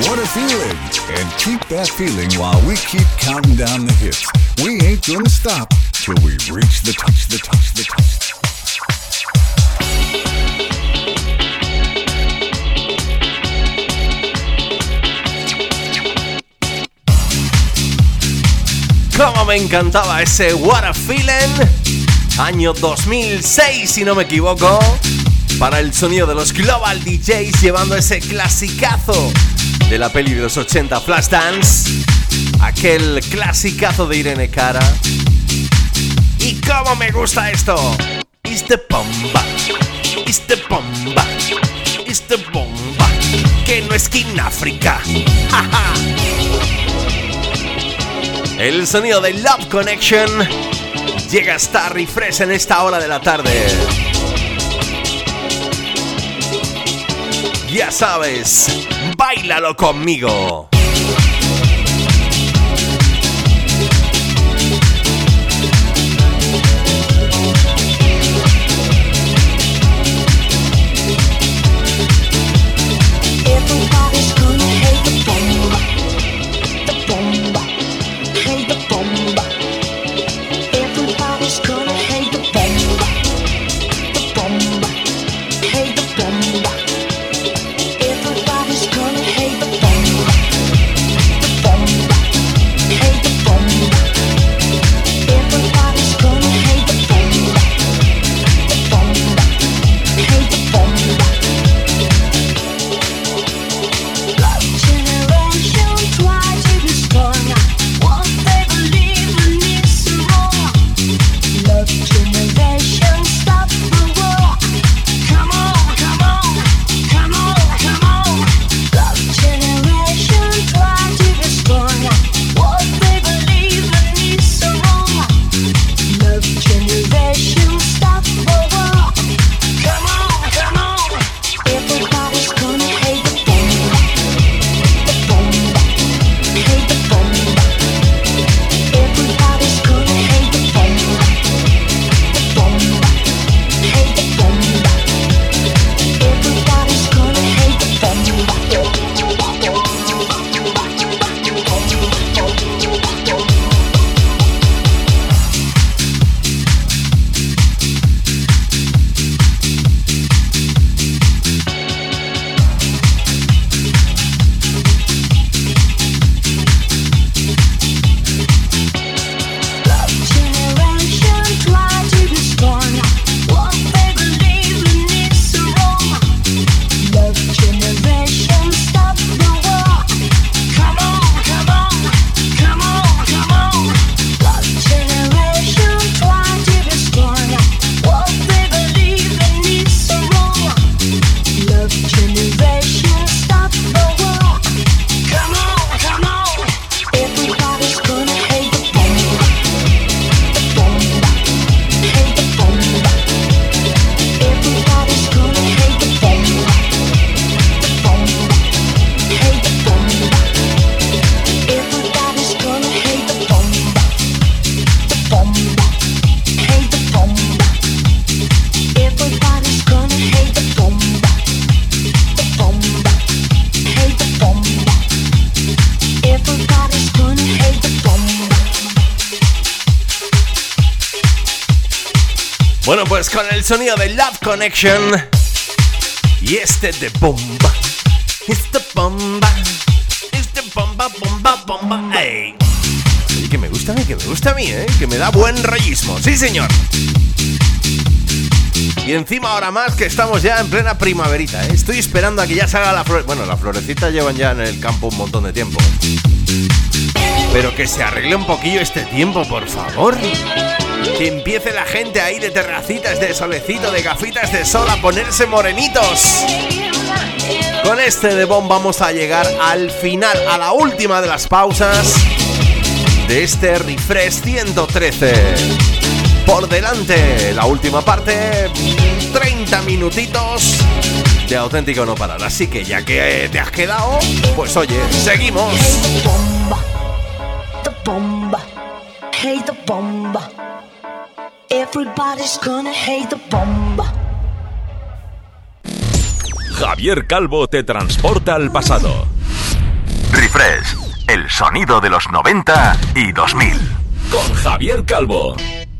Speaker 10: What a feeling! And keep that feeling while we keep counting down the hits. We ain't gonna stop till we reach the touch, the touch, the touch.
Speaker 3: Cómo me encantaba ese What a Feeling, año 2006 si no me equivoco, para el sonido de los Global DJs, llevando ese clasicazo de la peli de los 80 Flashdance, aquel clasicazo de Irene Cara. Y cómo me gusta esto. It's the bomba, it's the bomba, it's the bomba, que no es King África. El sonido de Love Connection llega hasta Refresh en esta hora de la tarde. Ya sabes, báilalo conmigo.
Speaker 8: Everybody's gonna hate the bomba, the bomba, hate the bomba. Everybody's gonna hate the bomba, the bomba, hate the bomba. Everybody's gonna hate the bomba, the bomba, hate the bomba. Everybody's gonna hate the bomba, the bomba, hate the bomba. Generation try to destroy what they believe in is wrong. Love generation stop the war. Come on, come on, come on, come on. Love generation try to destroy what they believe in is wrong. Love generation stop the war. Come on, come on. Everybody's gonna hate the bomba. The bomba, hate the bomba. Everybody's gonna hate the bomba. The bomba, hate the bomba. Everybody's gonna hate the bomba. Love generation try to destroy what they believe in is wrong. Love generation stop the war. Come on, come on, come on, come on. Love generation try to destroy what they believe in is wrong. Love generation stop the war. Come on, come on. Everybody's gonna hate the bomba. The bomba, hate the bomba. Everybody's gonna hate the bomba. The bomba, hate the bomba. Everybody's gonna hate the bomba. The bomba, hate the bomba. Everybody's gonna hate the bomba. The bomba, hate the bomba. Everybody's gonna hate the bomba.
Speaker 3: Bueno, pues con el sonido de Love Connection y este de bomba. Este bomba. Este bomba, bomba, bomba. ¡Ey! Oye, que me gusta a mí, ¿eh? Que me da buen rollismo. ¡Sí, señor! Y encima ahora más que estamos ya en plena primaverita, ¿eh? Estoy esperando a que ya salga la flor. Bueno, las florecitas llevan ya en el campo un montón de tiempo. Pero que se arregle un poquillo este tiempo, por favor. Que empiece la gente ahí de terracitas, de solecito, de gafitas de sol a ponerse morenitos. Con este de bomba vamos a llegar al final, a la última de las pausas de este Refresh 113. Por delante, la última parte, 30 minutitos de auténtico no parar. Así que ya que te has quedado, pues oye, seguimos.
Speaker 8: The bomba, hate the bomba. Everybody's gonna hate the bomba.
Speaker 6: Javier Calvo te transporta al pasado.
Speaker 1: Refresh, el sonido de los 90 y 2000.
Speaker 6: Con Javier Calvo.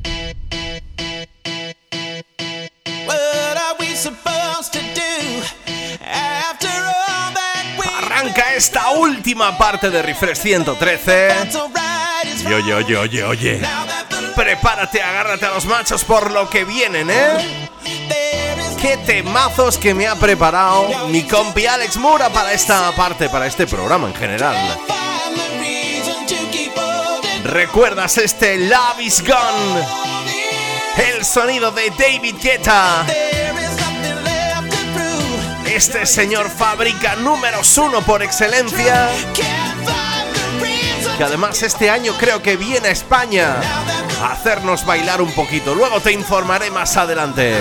Speaker 3: Arranca esta última parte de Refresh 113. Y oye. Prepárate, agárrate a los machos por lo que vienen, ¿eh? Qué temazos que me ha preparado mi compi Alex Mura para esta parte, para este programa en general. ¿Recuerdas este Love Is Gone? El sonido de David Guetta. Este señor fabrica números 1 por excelencia, que además este año creo que viene a España a hacernos bailar un poquito. Luego te informaré más adelante.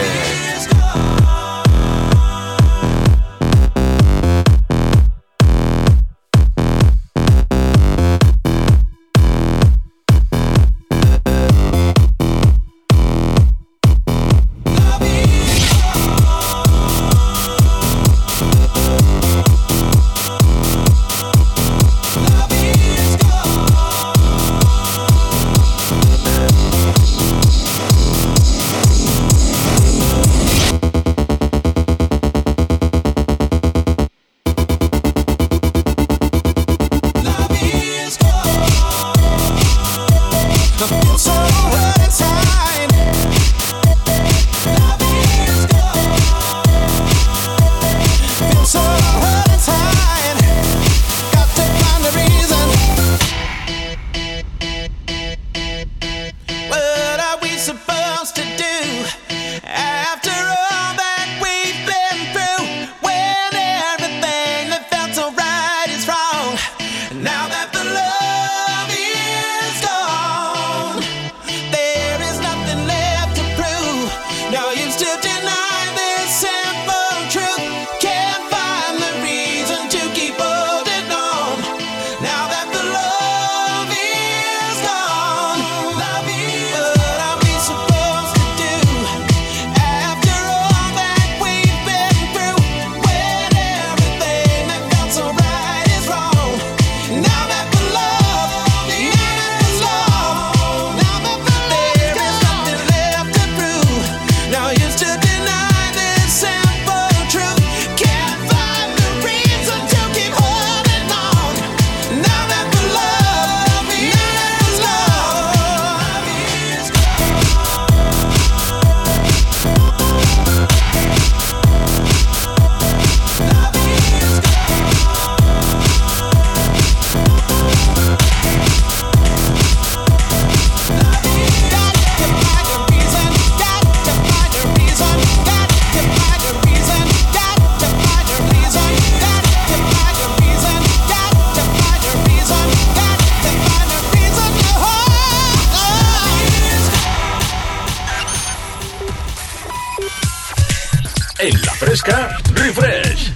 Speaker 6: En La Fresca, Refresh.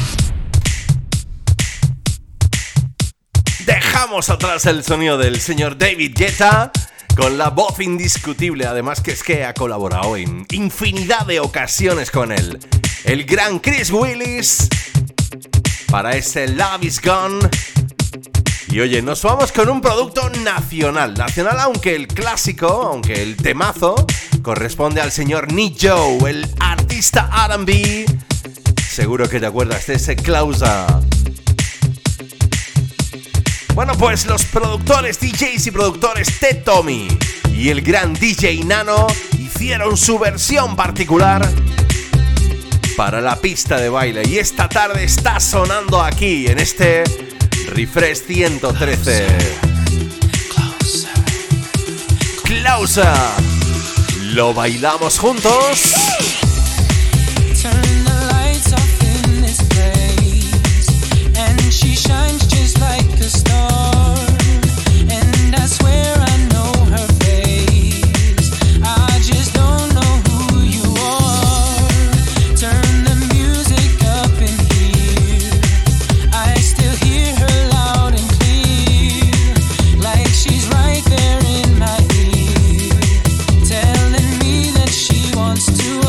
Speaker 3: Dejamos atrás el sonido del señor David Guetta con la voz indiscutible, además que es que ha colaborado en infinidad de ocasiones con él. El gran Chris Willis para ese Love Is Gone. Y oye, nos vamos con un producto nacional, aunque el clásico, aunque el temazo corresponde al señor Nick Joe, el artista R&B. Seguro que te acuerdas de ese Clausa. Bueno, pues los productores, DJs y productores Ted Tommy y el gran DJ Nano hicieron su versión particular para la pista de baile. Y esta tarde está sonando aquí, en este Refresh 113. Clausa. ¿Lo bailamos juntos?
Speaker 11: To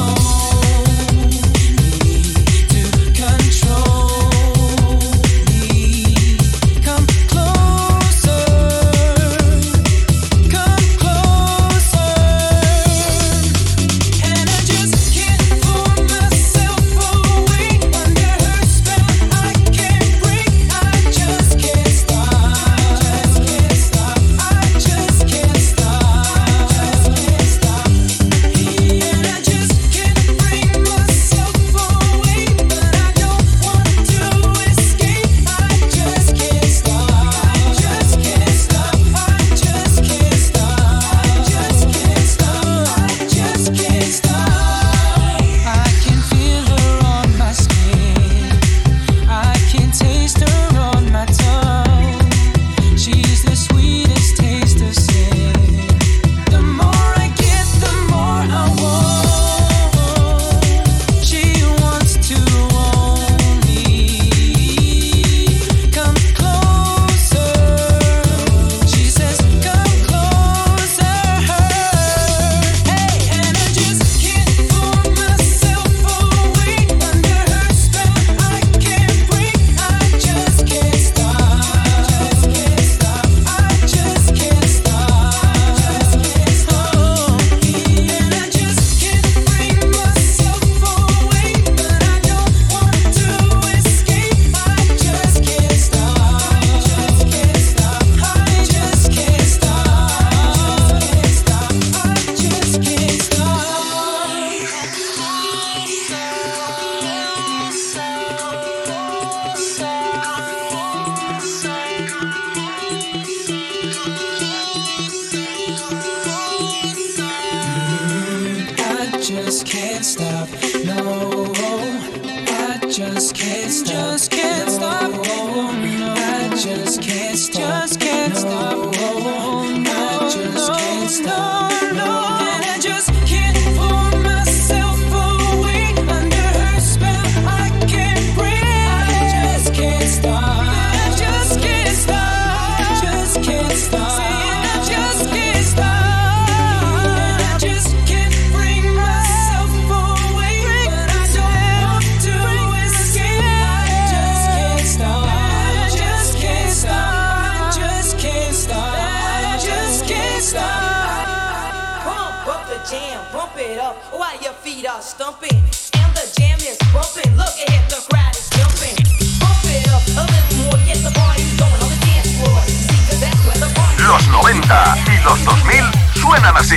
Speaker 11: can't stop. No, I just can't stop. Just can't stop. No, I just can't stop. Just can't stop. No, I just can't stop. No, and I just can't pull myself away under her spell. I can't breathe. I just can't stop. I just can't stop. Just can't stop. Saying I just can't stop. And I just can't bring myself away, but I don't want to escape. I just can't stop. I just can't stop. I just can't stop. I just can't stop.
Speaker 12: Pump up the jam, bump it up while your feet are stumping. And the jam is bumping. Look ahead, the crowd is jumping. Bump it up a little more, get the party going on the dance floor. See, 'cause that's where the party is.
Speaker 1: Los 90 y los 2000 suenan así.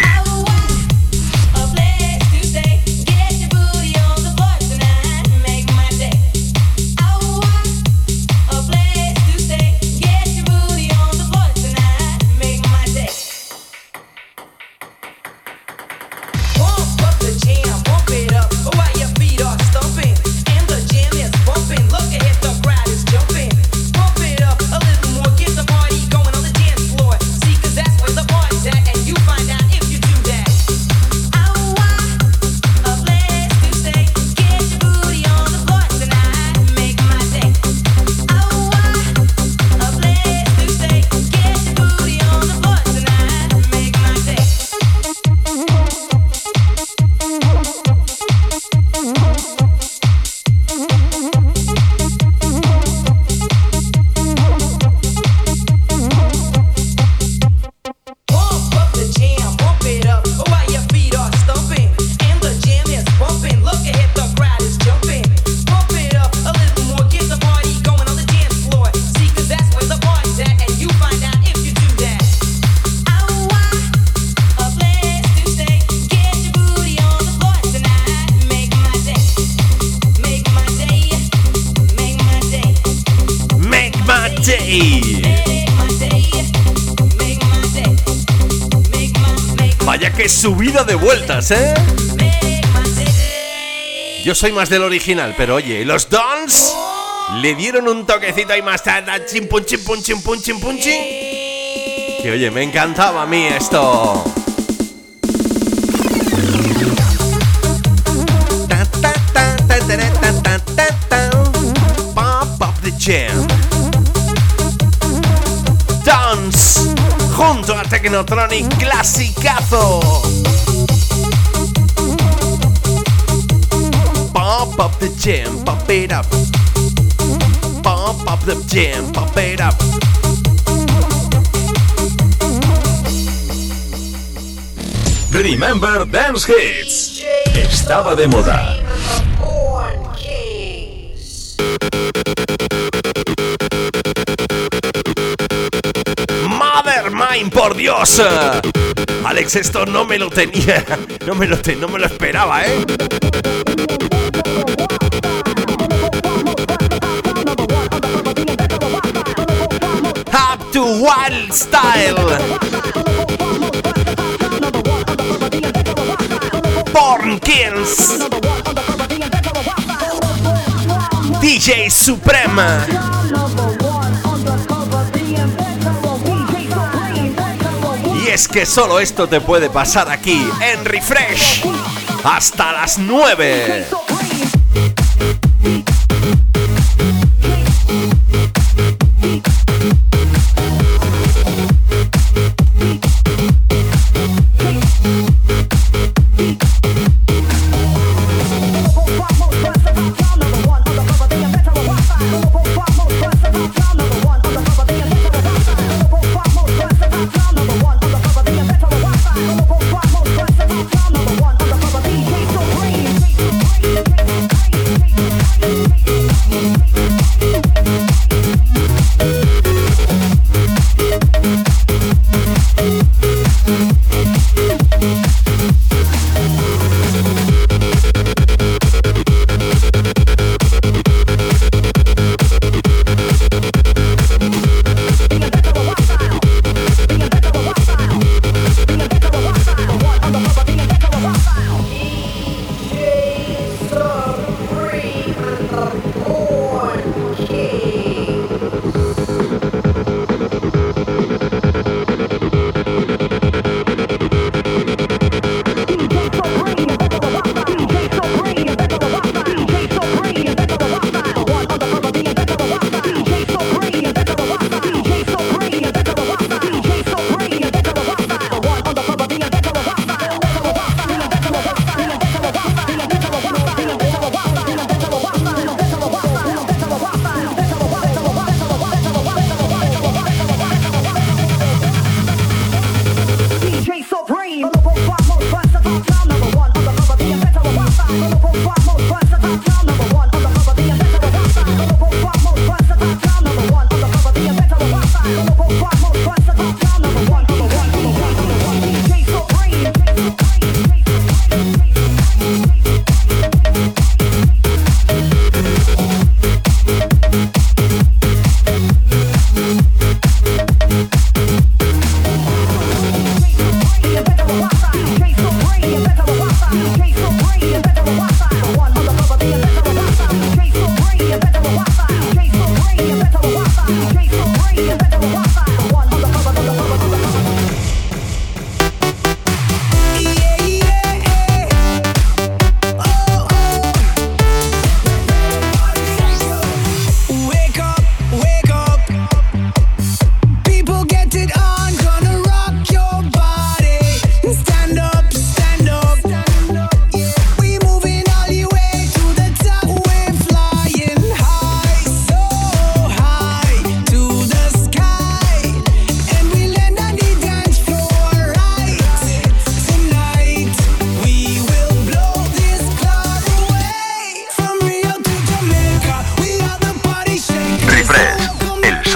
Speaker 3: Vaya que subida de vueltas, ¿eh? Yo soy más del original, pero oye, los Dons le dieron un toquecito ahí más tarde, chimpun, chimpun, chimpun, chimpun, chim. Que oye, me encantaba a mí esto. Pop up the jam. Dance junto a Technotronic, clasicazo. Pop up the jam, pop it up. Pop up the jam, pop it up.
Speaker 6: Remember Dance Hits. Estaba de moda.
Speaker 3: Mothermind, por Dios. Alex, esto no me lo tenía. No me lo esperaba, ¿eh? Up to Wild Style. Born Kills. DJ Suprema. Y es que solo esto te puede pasar aquí en Refresh hasta las 9.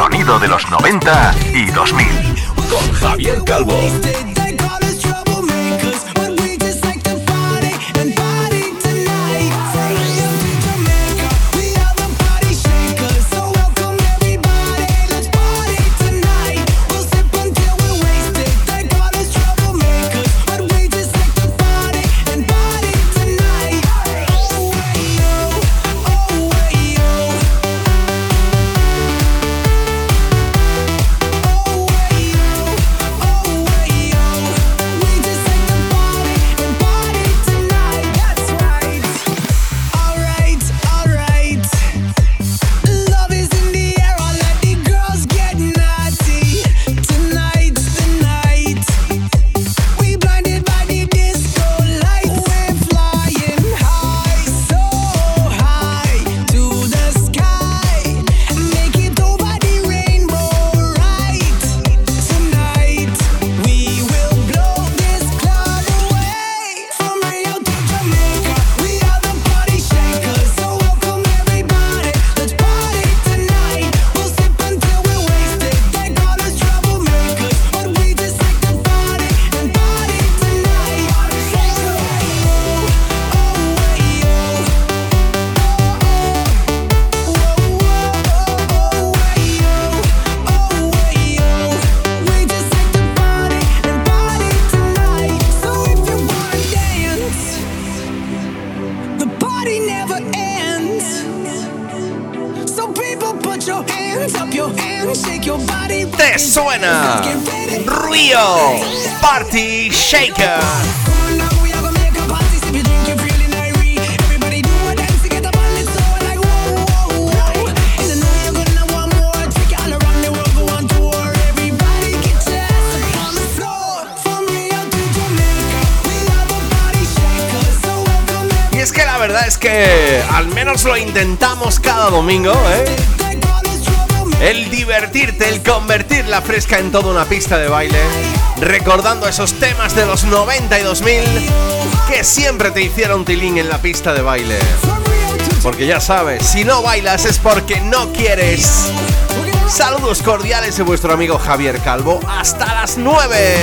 Speaker 1: sonido de los 90 y 2000.
Speaker 6: Con Javier Calvo.
Speaker 3: ¿Te suena? Rio Party Shaker. Y es que la verdad es que al menos lo intentamos cada domingo, ¿eh? El divertirte, el convertir la Fresca en toda una pista de baile, recordando esos temas de los 90 y 2000 que siempre te hicieron tilín en la pista de baile. Porque ya sabes, si no bailas es porque no quieres. Saludos cordiales de vuestro amigo Javier Calvo. ¡Hasta las 9!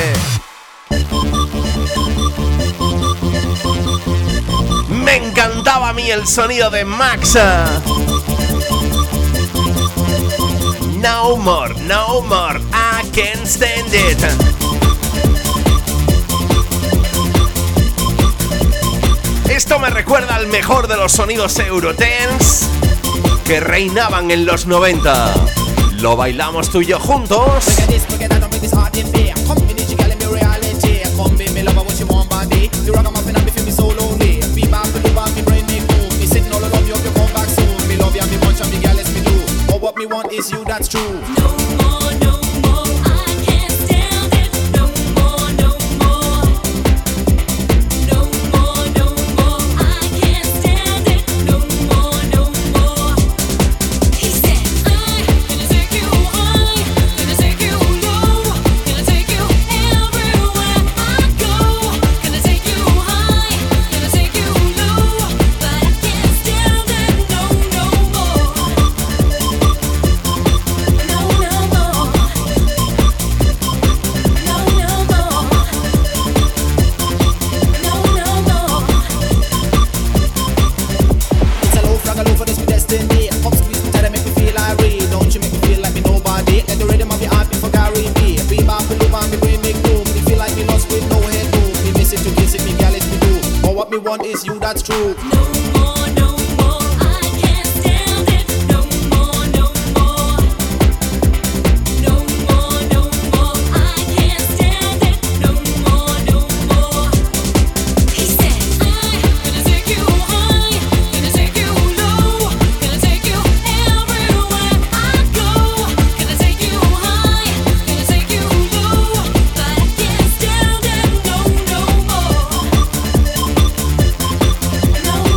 Speaker 3: Me encantaba a mí el sonido de Maxa. No more, I can't stand it. Esto me recuerda al mejor de los sonidos Eurodance que reinaban en los 90. Lo bailamos tú y yo juntos.
Speaker 13: What me want is you, that's true. One is you, that's true.
Speaker 5: No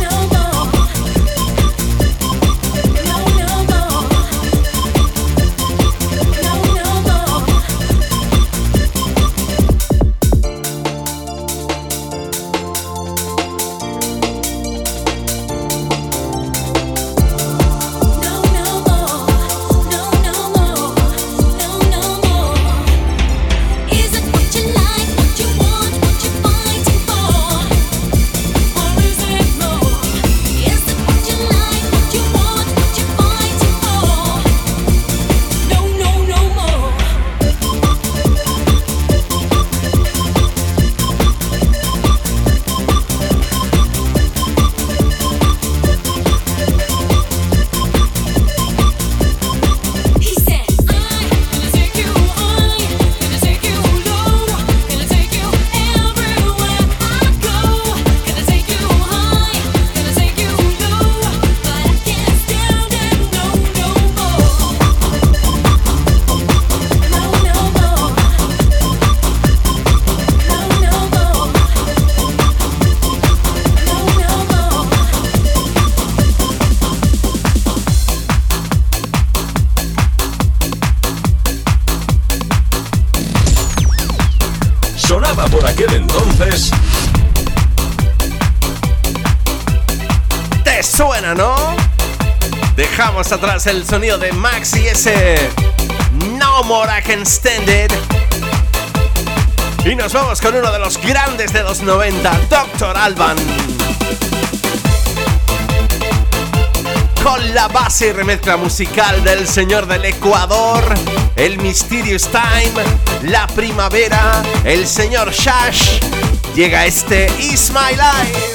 Speaker 6: sonaba por aquel entonces.
Speaker 3: ¿Te suena, no? Dejamos atrás el sonido de Max y ese No More I Can Stand It. Y nos vamos con uno de los grandes de los 90, Dr. Alban. Con la base y remezcla musical del señor del Ecuador, el Mysterious Time, la primavera, el señor Shash, llega este It's My Life.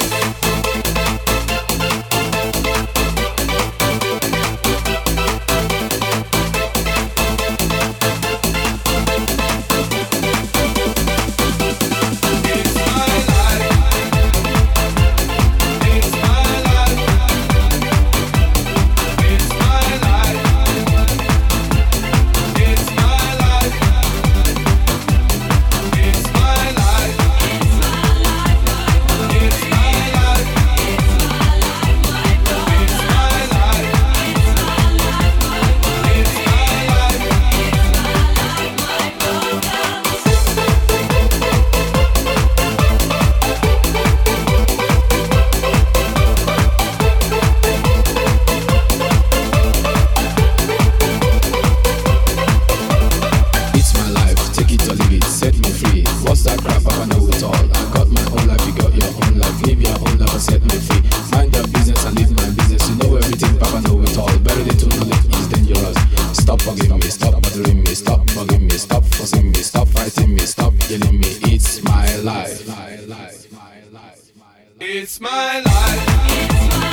Speaker 14: It's my life.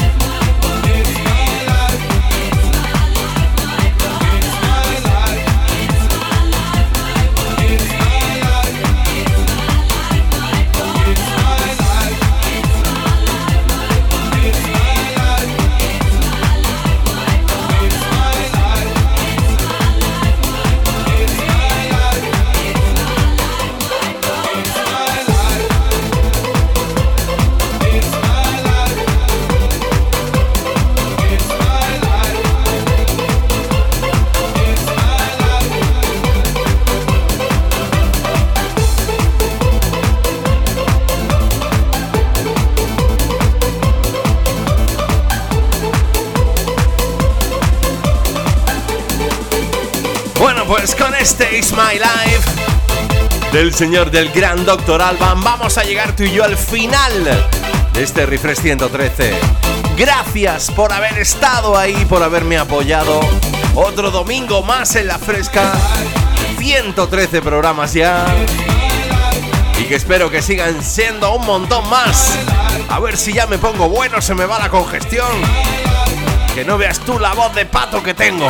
Speaker 3: Pues con este It's My Life del señor del gran Dr. Alban vamos a llegar tú y yo al final de este Refresh 113. Gracias por haber estado ahí, por haberme apoyado. Otro domingo más en la fresca. 113 programas ya. Y que espero que sigan siendo un montón más. A ver si ya me pongo bueno, se me va la congestión. Que no veas tú la voz de pato que tengo.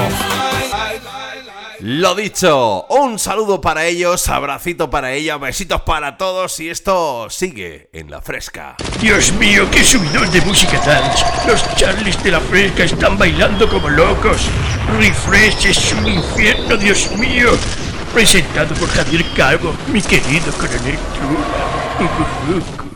Speaker 3: Lo dicho, un saludo para ellos, abracito para ella, besitos para todos y esto sigue en la fresca.
Speaker 15: Dios mío, qué subidón de música dance. Los Charlies de la fresca están bailando como locos. Refresh es un infierno, Dios mío. Presentado por Javier Calvo, mi querido coronel Trula.